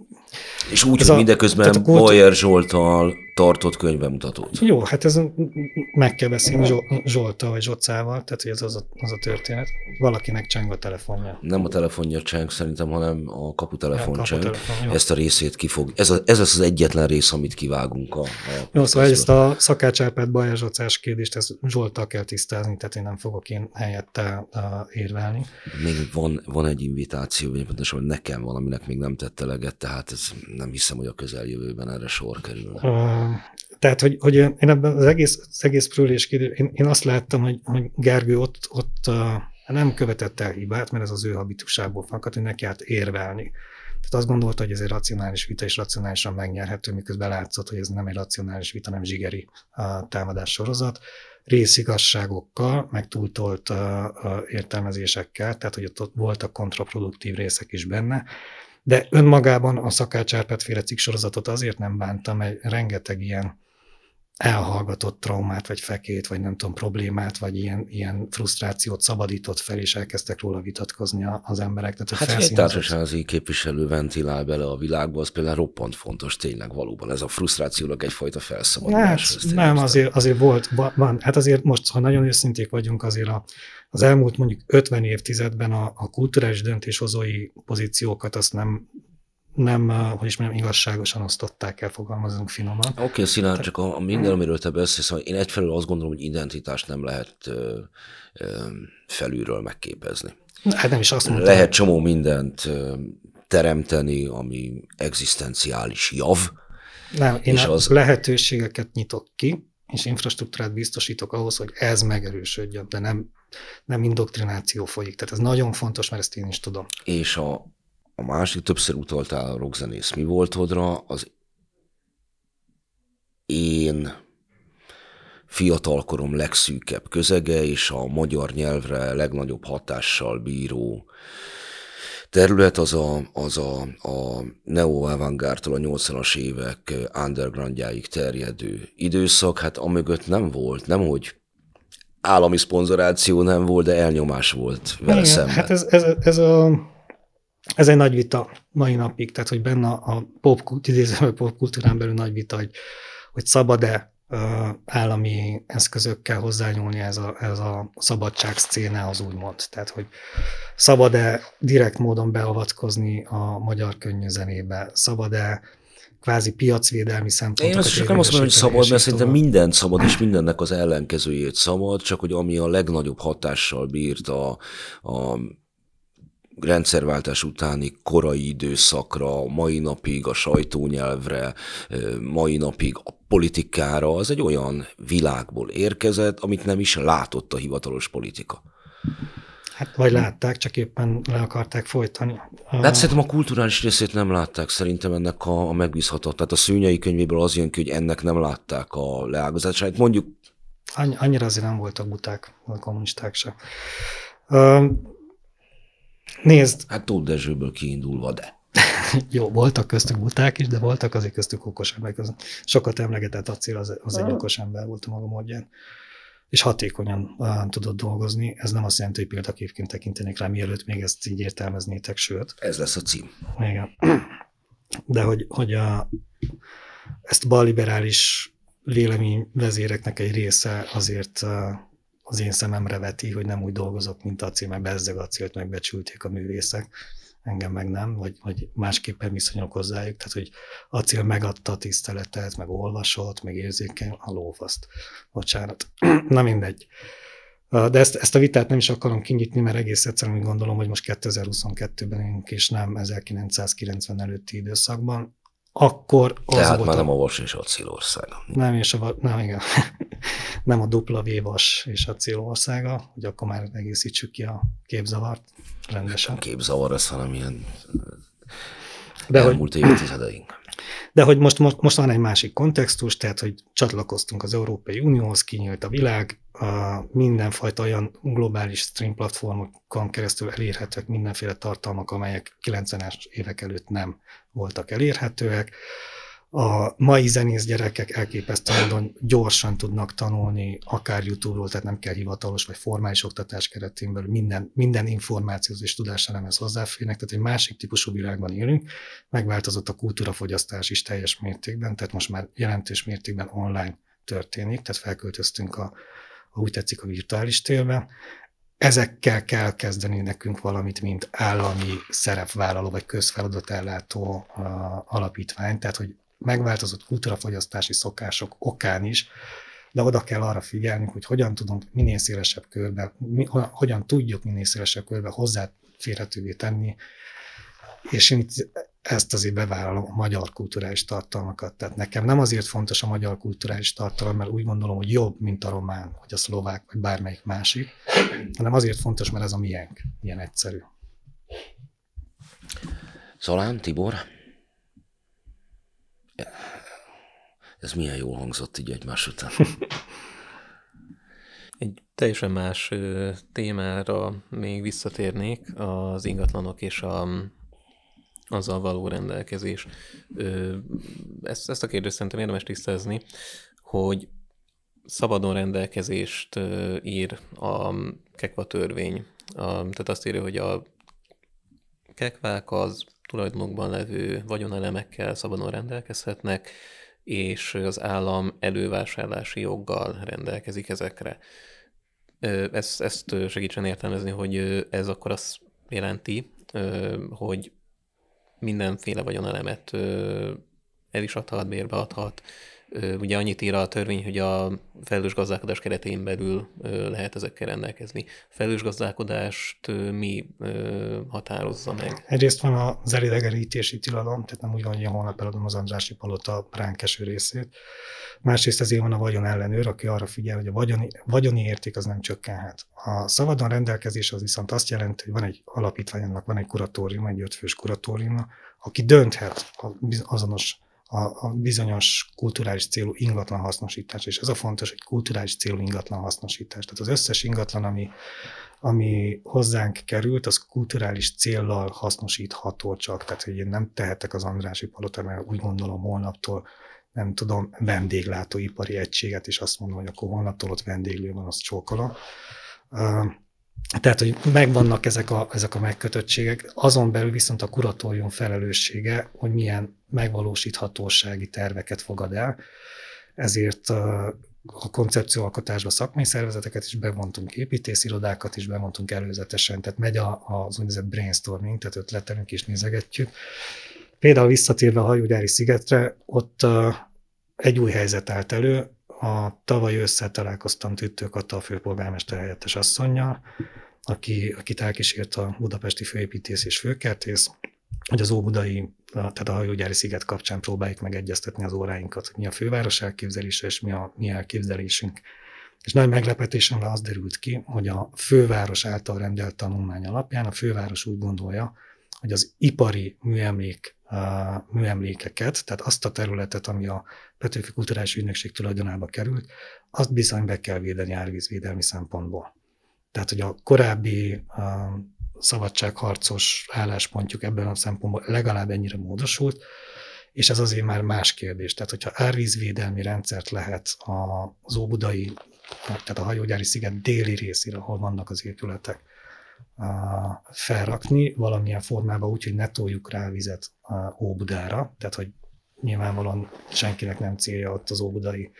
És úgy, hogy mindeközben kultúr... Bajer Zsolttal tartott könyvbemutatót. Jó, hát ez meg kell beszélni Zsolttal vagy Zsocával, tehát hogy ez az a, az a történet. Valakinek cseng a telefonja. Nem a telefonja cseng szerintem, hanem a kaputelefon ja, cseng. Kaputelefon, ezt a részét kifog. Ez, a, ez az az egyetlen rész, amit kivágunk a... a jó, szóval ezt a Szakács Árpád Bajer Zsocás kérdést, ezt Zsolttal kell tisztázni, tehát én nem fogok én helyette uh, érvelni. Még van, van egy invitáció, vagy pontosan nekem van, aminek még nem tette eleget, tehát ez, nem hiszem, hogy a közeljövőben erre sor kerül. Uh, Tehát, hogy, hogy én ebben az egész, az egész Prőlés kérdés, én, én azt láttam, hogy, hogy Gergő ott, ott uh, nem követett el hibát, mert ez az ő habitusából fakad, hogy neki állt érvelni. Tehát azt gondolta, hogy ez egy racionális vita, és racionálisan megnyerhető, miközben látszott, hogy ez nem egy racionális vita, nem zsigeri uh, támadás sorozat. Részigazságokkal, meg túltolt uh, uh, értelmezésekkel, tehát hogy ott voltak kontraproduktív részek is benne. De önmagában a Szakács Árpád féle cikksorozatot azért nem bántam, mert rengeteg ilyen elhallgatott traumát, vagy fekét, vagy nem tudom, problémát, vagy ilyen, ilyen frusztrációt szabadított fel, és elkezdtek róla vitatkozni az emberek. Tehát hát, hogy egy társasági képviselő ventilál bele a világba, az például roppant fontos, tényleg valóban. Ez a frusztrációnak egyfajta felszabadulás. Hát, nem, azért, azért volt, van. Hát azért most, ha nagyon őszinték vagyunk, azért a, az elmúlt mondjuk ötven évtizedben a, a kulturális döntéshozói pozíciókat azt nem nem, hogy is mondjam, igazságosan osztották el, fogalmazunk finoman. Oké, okay, Szilárd, csak a, a minden, amiről te beszélsz, én egyfelől azt gondolom, hogy identitást nem lehet ö, ö, felülről megképezni. Hát nem is azt mondtam. Lehet csomó mindent ö, teremteni, ami egzisztenciális jav. Nem, én az... lehetőségeket nyitok ki, és infrastruktúrát biztosítok ahhoz, hogy ez megerősödjön, de nem, nem indoktrináció folyik. Tehát ez nagyon fontos, mert ezt én is tudom. És a A másik, többször utaltál a rockzenész mi voltodra, az én fiatalkorom legszűkebb közege, és a magyar nyelvre legnagyobb hatással bíró terület az a, az a, a neo-avantgárdtól a nyolcvanas évek undergroundjáig terjedő időszak. Hát amögött nem volt, nem hogy állami szponzoráció nem volt, de elnyomás volt vele igen, szemben. Hát ez, ez, ez a... Ez egy nagy vita mai napig, tehát hogy benne a popkultúrán belül nagy vita, hogy, hogy szabad-e uh, állami eszközökkel hozzányúlni ez a, ez a szabadság szcénához, úgymond. Tehát, hogy szabad-e direkt módon beavatkozni a magyar könnyűzenébe, szabad-e kvázi piacvédelmi szempontokat. Én azt csak nem azt mondom, hogy szabad, mert szerintem mindent szabad, és mindennek az ellenkezőjét szabad, csak hogy ami a legnagyobb hatással bírt a, a rendszerváltás utáni korai időszakra, mai napig a sajtónyelvre, mai napig a politikára, az egy olyan világból érkezett, amit nem is látott a hivatalos politika. Hát vagy látták, csak éppen le akarták folytani. Hát szerintem a kulturális részét nem látták, szerintem ennek a, a megbízhatott. Tehát a Szőnyei könyvéből az jön ki, hogy ennek nem látták a leágazását. Mondjuk... Annyira azért nem voltak buták, a kommunisták sem. Nézd. Hát Tóth Dezsőből kiindulva, de. Jó, voltak köztük buták is, de voltak azért köztük okos emberek. Sokat emlegetett Acél, az, az egy okos ember volt a maga módján. És hatékonyan uh, tudott dolgozni. Ez nem azt jelenti, hogy példaképként tekintenék rá, mielőtt még ezt így értelmeznétek, sőt. Ez lesz a cím. Igen. De hogy, hogy a, ezt a balliberális véleményvezéreknek egy része azért uh, az én szememre veti, hogy nem úgy dolgozok, mint Acél, mert bezzeg Acélt megbecsülték a művészek. engem meg nem, vagy, vagy másképpen viszonyok hozzájuk, tehát hogy Acél megadta a tiszteletet, meg olvasott, meg érzékeny, a lófaszt. Bocsánat. Na mindegy. De ezt, ezt a vitát nem is akarom kinyitni, mert egész egyszerűen úgy gondolom, hogy most kétezer-huszonkettőben élünk, és nem ezerkilencszázkilencven előtti időszakban. Akkor az Tehát volt már a... nem a Vas és Acélország. Nem, és a, nem, igen. nem a dupla V-vas és a célországa, hogy akkor már egészítsük ki a képzavart rendesen. Nem képzavar ez, hanem ilyen De elmúlt hogy, évtizedeink. de hogy most, most, most van egy másik kontextus, tehát hogy csatlakoztunk az Európai Unióhoz, kinyílt a világ, a mindenfajta olyan globális stream platformokon keresztül elérhetőek mindenféle tartalmak, amelyek kilencvenes évek előtt nem voltak elérhetőek. A mai zenész gyerekek elképesztő módon gyorsan tudnak tanulni, akár YouTube-ról, tehát nem kell hivatalos vagy formális oktatás keretén belül minden, minden információhoz és tudáselemhez hozzáférnek, tehát egy másik típusú világban élünk, megváltozott a kultúrafogyasztás is teljes mértékben, tehát most már jelentős mértékben online történik, tehát felköltöztünk a, a úgy tetszik a virtuális térbe. Ezekkel kell kezdeni nekünk valamit, mint állami szerepvállaló vagy közfeladatellátó uh, alapítvány, tehát hogy megváltozott kultúrafogyasztási szokások okán is, de oda kell arra figyelnünk, hogy hogyan tudunk minél szélesebb körben, mi, hogyan tudjuk minél szélesebb körben hozzáférhetővé tenni, és én itt ezt azért bevállalom a magyar kulturális tartalmakat. Tehát nekem nem azért fontos a magyar kulturális tartalom, mert úgy gondolom, hogy jobb, mint a román, vagy a szlovák, vagy bármelyik másik, hanem azért fontos, mert ez a miénk, ilyen egyszerű. Zalán, Tibor? Ez milyen jól hangzott így egymás után. Egy teljesen más ö, témára még visszatérnék, az ingatlanok és a, azzal való rendelkezés. Ö, ezt, ezt a kérdést szerintem érdemes tisztázni, hogy szabadon rendelkezést ö, ír a kekva törvény. A, tehát azt írja, hogy a kekvák az tulajdonokban levő vagyonelemekkel szabadon rendelkezhetnek, és az állam elővásárlási joggal rendelkezik ezekre. Ezt, ezt segítsen értelmezni, hogy ez akkor azt jelenti, hogy mindenféle vagyonelemet el is adhat, bérbe adhat. Ugye annyit ír a törvény, hogy a felelős gazdálkodás keretén belül lehet ezekkel rendelkezni. Felelős gazdálkodást mi határozza meg? Egyrészt van az elidegenítési tilalom, tehát nem úgy van, hogy holnap eladom az Andrássy Palota ránk eső részét. Másrészt ezért van a vagyon ellenőr, aki arra figyel, hogy a vagyoni, vagyoni érték az nem csökkenhet. A szabadon rendelkezés az viszont azt jelenti, hogy van egy alapítványnak, van egy kuratórium, egy ötfős kuratórium, aki dönthet azonos a, a bizonyos kulturális célú ingatlan hasznosítás, és ez a fontos, hogy kulturális célú ingatlan hasznosítás. Tehát az összes ingatlan, ami, ami hozzánk került, az kulturális céllal hasznosítható csak. Tehát, hogy én nem tehetek az Andrássy Palotára, mert úgy gondolom holnaptól, nem tudom, vendéglátóipari egységet, és azt mondom, hogy akkor holnaptól ott vendéglő van, azt csókolom. Tehát, hogy megvannak ezek a, ezek a megkötöttségek, azon belül viszont a kuratórium felelőssége, hogy milyen megvalósíthatósági terveket fogad el. Ezért a koncepcióalkotásba szakmai szervezeteket is bevontunk, építészirodákat is bevontunk előzetesen, tehát megy az úgynevezett brainstorming, tehát ötletelünk és nézegetjük. Például visszatérve a Hajógyári szigetre, ott egy új helyzet állt elő. A tavaly ősszel találkoztam Tüttő Kata, a főpolgármester helyettes asszonnyal, aki, akit elkísért a budapesti főépítész és főkertész, hogy az óbudai, tehát a Hajógyári sziget kapcsán próbáljuk megegyeztetni az óráinkat, hogy mi a főváros elképzelése és mi a mi elképzelésünk. És nagy meglepetésemre az derült ki, hogy a főváros által rendelt tanulmány alapján a főváros úgy gondolja, hogy az ipari műemlék, uh, műemlékeket, tehát azt a területet, ami a Petőfi Kulturális Ügynökség tulajdonába került, azt bizony be kell védeni árvízvédelmi szempontból. Tehát, hogy a korábbi uh, szabadságharcos álláspontjuk ebben a szempontból legalább ennyire módosult, és ez azért már más kérdés. Tehát, hogyha árvízvédelmi rendszert lehet az óbudai, tehát a Hajógyári sziget déli részére, ahol vannak az épületek, felrakni valamilyen formában úgy, hogy ne toljuk rá vizet Óbudára, tehát hogy nyilvánvalóan senkinek nem célja ott az óbudai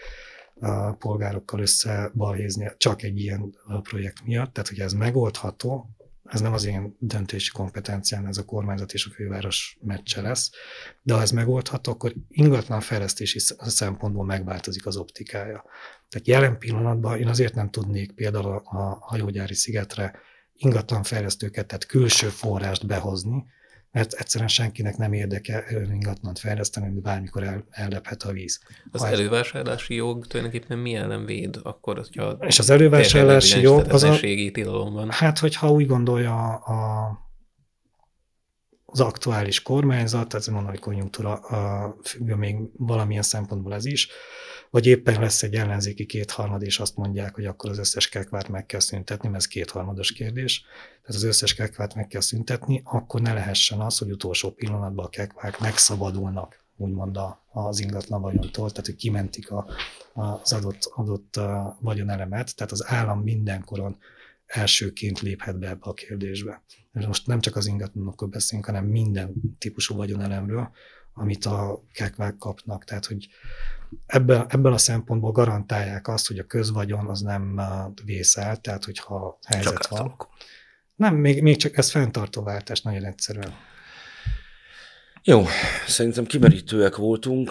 polgárokkal összebalhézni csak egy ilyen projekt miatt, tehát hogy ez megoldható, ez nem az én döntési kompetenciám, ez a kormányzat és a főváros meccse lesz, de ha ez megoldható, akkor ingatlan fejlesztési szempontból megváltozik az optikája. Tehát jelen pillanatban én azért nem tudnék például a hajógyári szigetre ingatlan fejlesztőket, tehát külső forrást behozni, mert egyszerűen senkinek nem érdeke ingatlant fejleszteni, hogy bármikor el, ellephet a víz. Az ha elővásárlási jog tulajdonképpen mi ellen véd akkor, hogyha és az elővásárlási jog az a, tilalom van? Hát, hogyha úgy gondolja a, az aktuális kormányzat, tehát mondom, hogy konjunktúra a, függő még valamilyen szempontból ez is, vagy éppen lesz egy ellenzéki kétharmad, és azt mondják, hogy akkor az összes kekvát meg kell szüntetni, mert ez kétharmados kérdés, tehát az összes kekvát meg kell szüntetni, akkor ne lehessen az, hogy utolsó pillanatban a kekvák megszabadulnak, úgymond az ingatlan vagyontól, tehát hogy kimentik a, az adott, adott vagyonelemet, tehát az állam mindenkoron elsőként léphet be ebbe a kérdésbe. Most nem csak az ingatlanokról beszélünk, hanem minden típusú vagyonelemről, amit a kekvák kapnak. Tehát, hogy ebből, ebből a szempontból garantálják azt, hogy a közvagyon az nem vészáll, tehát hogyha helyzet Csak van. áttalak. Nem, még, még csak ez fenntartó váltás, nagyon egyszerűen. Jó, szerintem kimerítőek voltunk.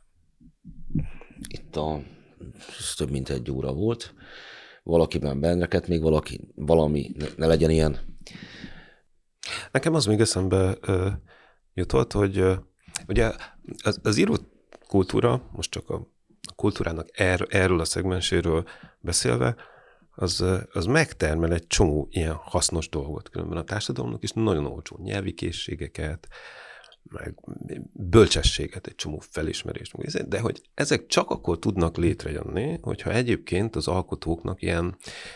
Itt a, ez több mint egy óra volt. Valakiben benneket, még valaki, valami, ne, ne legyen ilyen. Nekem az még eszembe ö, jutott, hogy ö, ugye az, az író kultúra, most csak a, a kultúrának er, erről a szegmenséről beszélve, az, az megtermel egy csomó ilyen hasznos dolgot, különben a társadalomnak is nagyon olcsó nyelvi készségeket, meg bölcsességet, egy csomó felismerést, de hogy ezek csak akkor tudnak létrejönni, hogyha egyébként az alkotóknak ilyen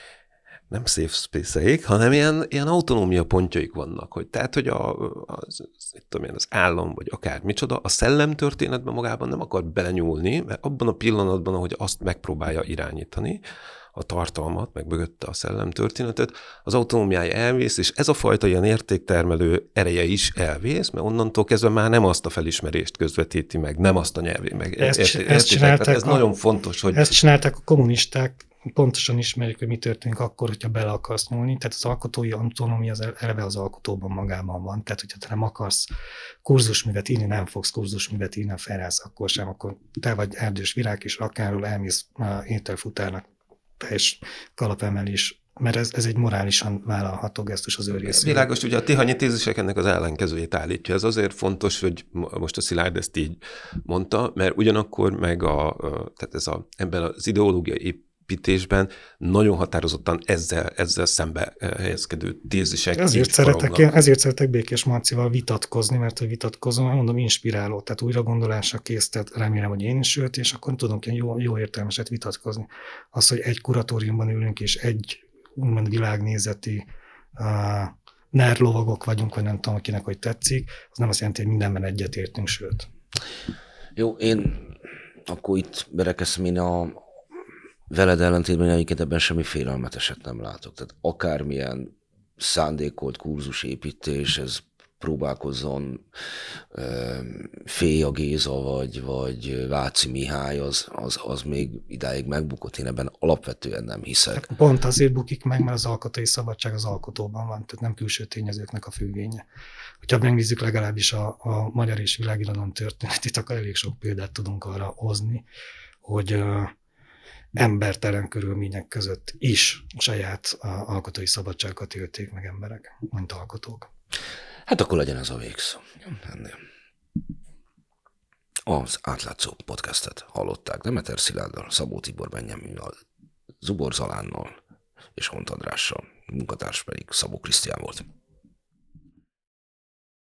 nem safe space-eik, hanem ilyen, ilyen autonómia pontjaik vannak, hogy tehát, hogy a, az, az, tudom én, az állam, vagy akár micsoda, a szellemtörténetben magában nem akar belenyúlni, mert abban a pillanatban, ahogy azt megpróbálja irányítani, a tartalmat, meg mögötte a szellemtörténetet, az autonómiája elvész, és ez a fajta ilyen értéktermelő ereje is elvész, mert onnantól kezdve már nem azt a felismerést közvetíti meg, nem azt a nyelvi meg. Ezt, érti, ezt csinálták ez a, nagyon fontos, hogy... Ezt csinálták a kommunisták, pontosan ismerjük, hogy mi történik akkor, hogyha bele akarsz nyúlni. Tehát az alkotói autonómia az eleve az alkotóban magában van. Tehát, hogyha te nem akarsz kurzusművet írni, nem fogsz kurzusművet írni a Ferász, akkor sem, akkor te vagy Erdős Virág, és akárról elmész ételfutárnak teljes kalapemelés, mert ez, ez egy morálisan vállalható gesztus az ő részéről. Világos, ugye a Tihanyi tézisek ennek az ellenkezőjét állítja. Ez azért fontos, hogy most a Szilárd ezt így mondta, mert ugyanakkor meg a, tehát ez a, ebben az ideológiai építésben nagyon határozottan ezzel, ezzel szembe helyezkedő tézisek. Ezért szeretek, én, ezért szeretek Békés Marcival vitatkozni, mert hogy vitatkozom, mondom, inspiráló, tehát újra gondolásra kész, tehát remélem, hogy én is őt, és akkor tudunk ilyen jó, jó értelmeset vitatkozni. Az, hogy egy kuratóriumban ülünk, és egy úgymond világnézeti uh, nerlovagok vagyunk, vagy nem tudom, akinek hogy tetszik, az nem azt jelenti, hogy mindenben egyetértünk, sőt. Jó, én akkor itt berekeztem, én a veled ellentétben egyébként ebben semmi félelmeteset nem látok. Tehát akármilyen szándékolt kurzusépítés, ez próbálkozzon Féja Géza vagy, vagy Váci Mihály, az, az, az még idáig megbukott. Én ebben alapvetően nem hiszek. Pont azért bukik meg, mert az alkotói szabadság az alkotóban van, tehát nem külső tényezőknek a függvénye. Hogyha megnézzük legalábbis a, a magyar és világirodalom történetét, akkor elég sok példát tudunk arra hozni, hogy uh, embertelen körülmények között is saját uh, alkotói szabadságokat élték meg emberek, mint alkotók. Hát akkor legyen ez a végszó. Ennél. Az átlátszó podcastet hallották Demeter Szilárddal, Szabó Tibor Benjaminnal, Zubor Zalánnal és Hont Andrással. Munkatárs pedig Szabó Krisztián volt.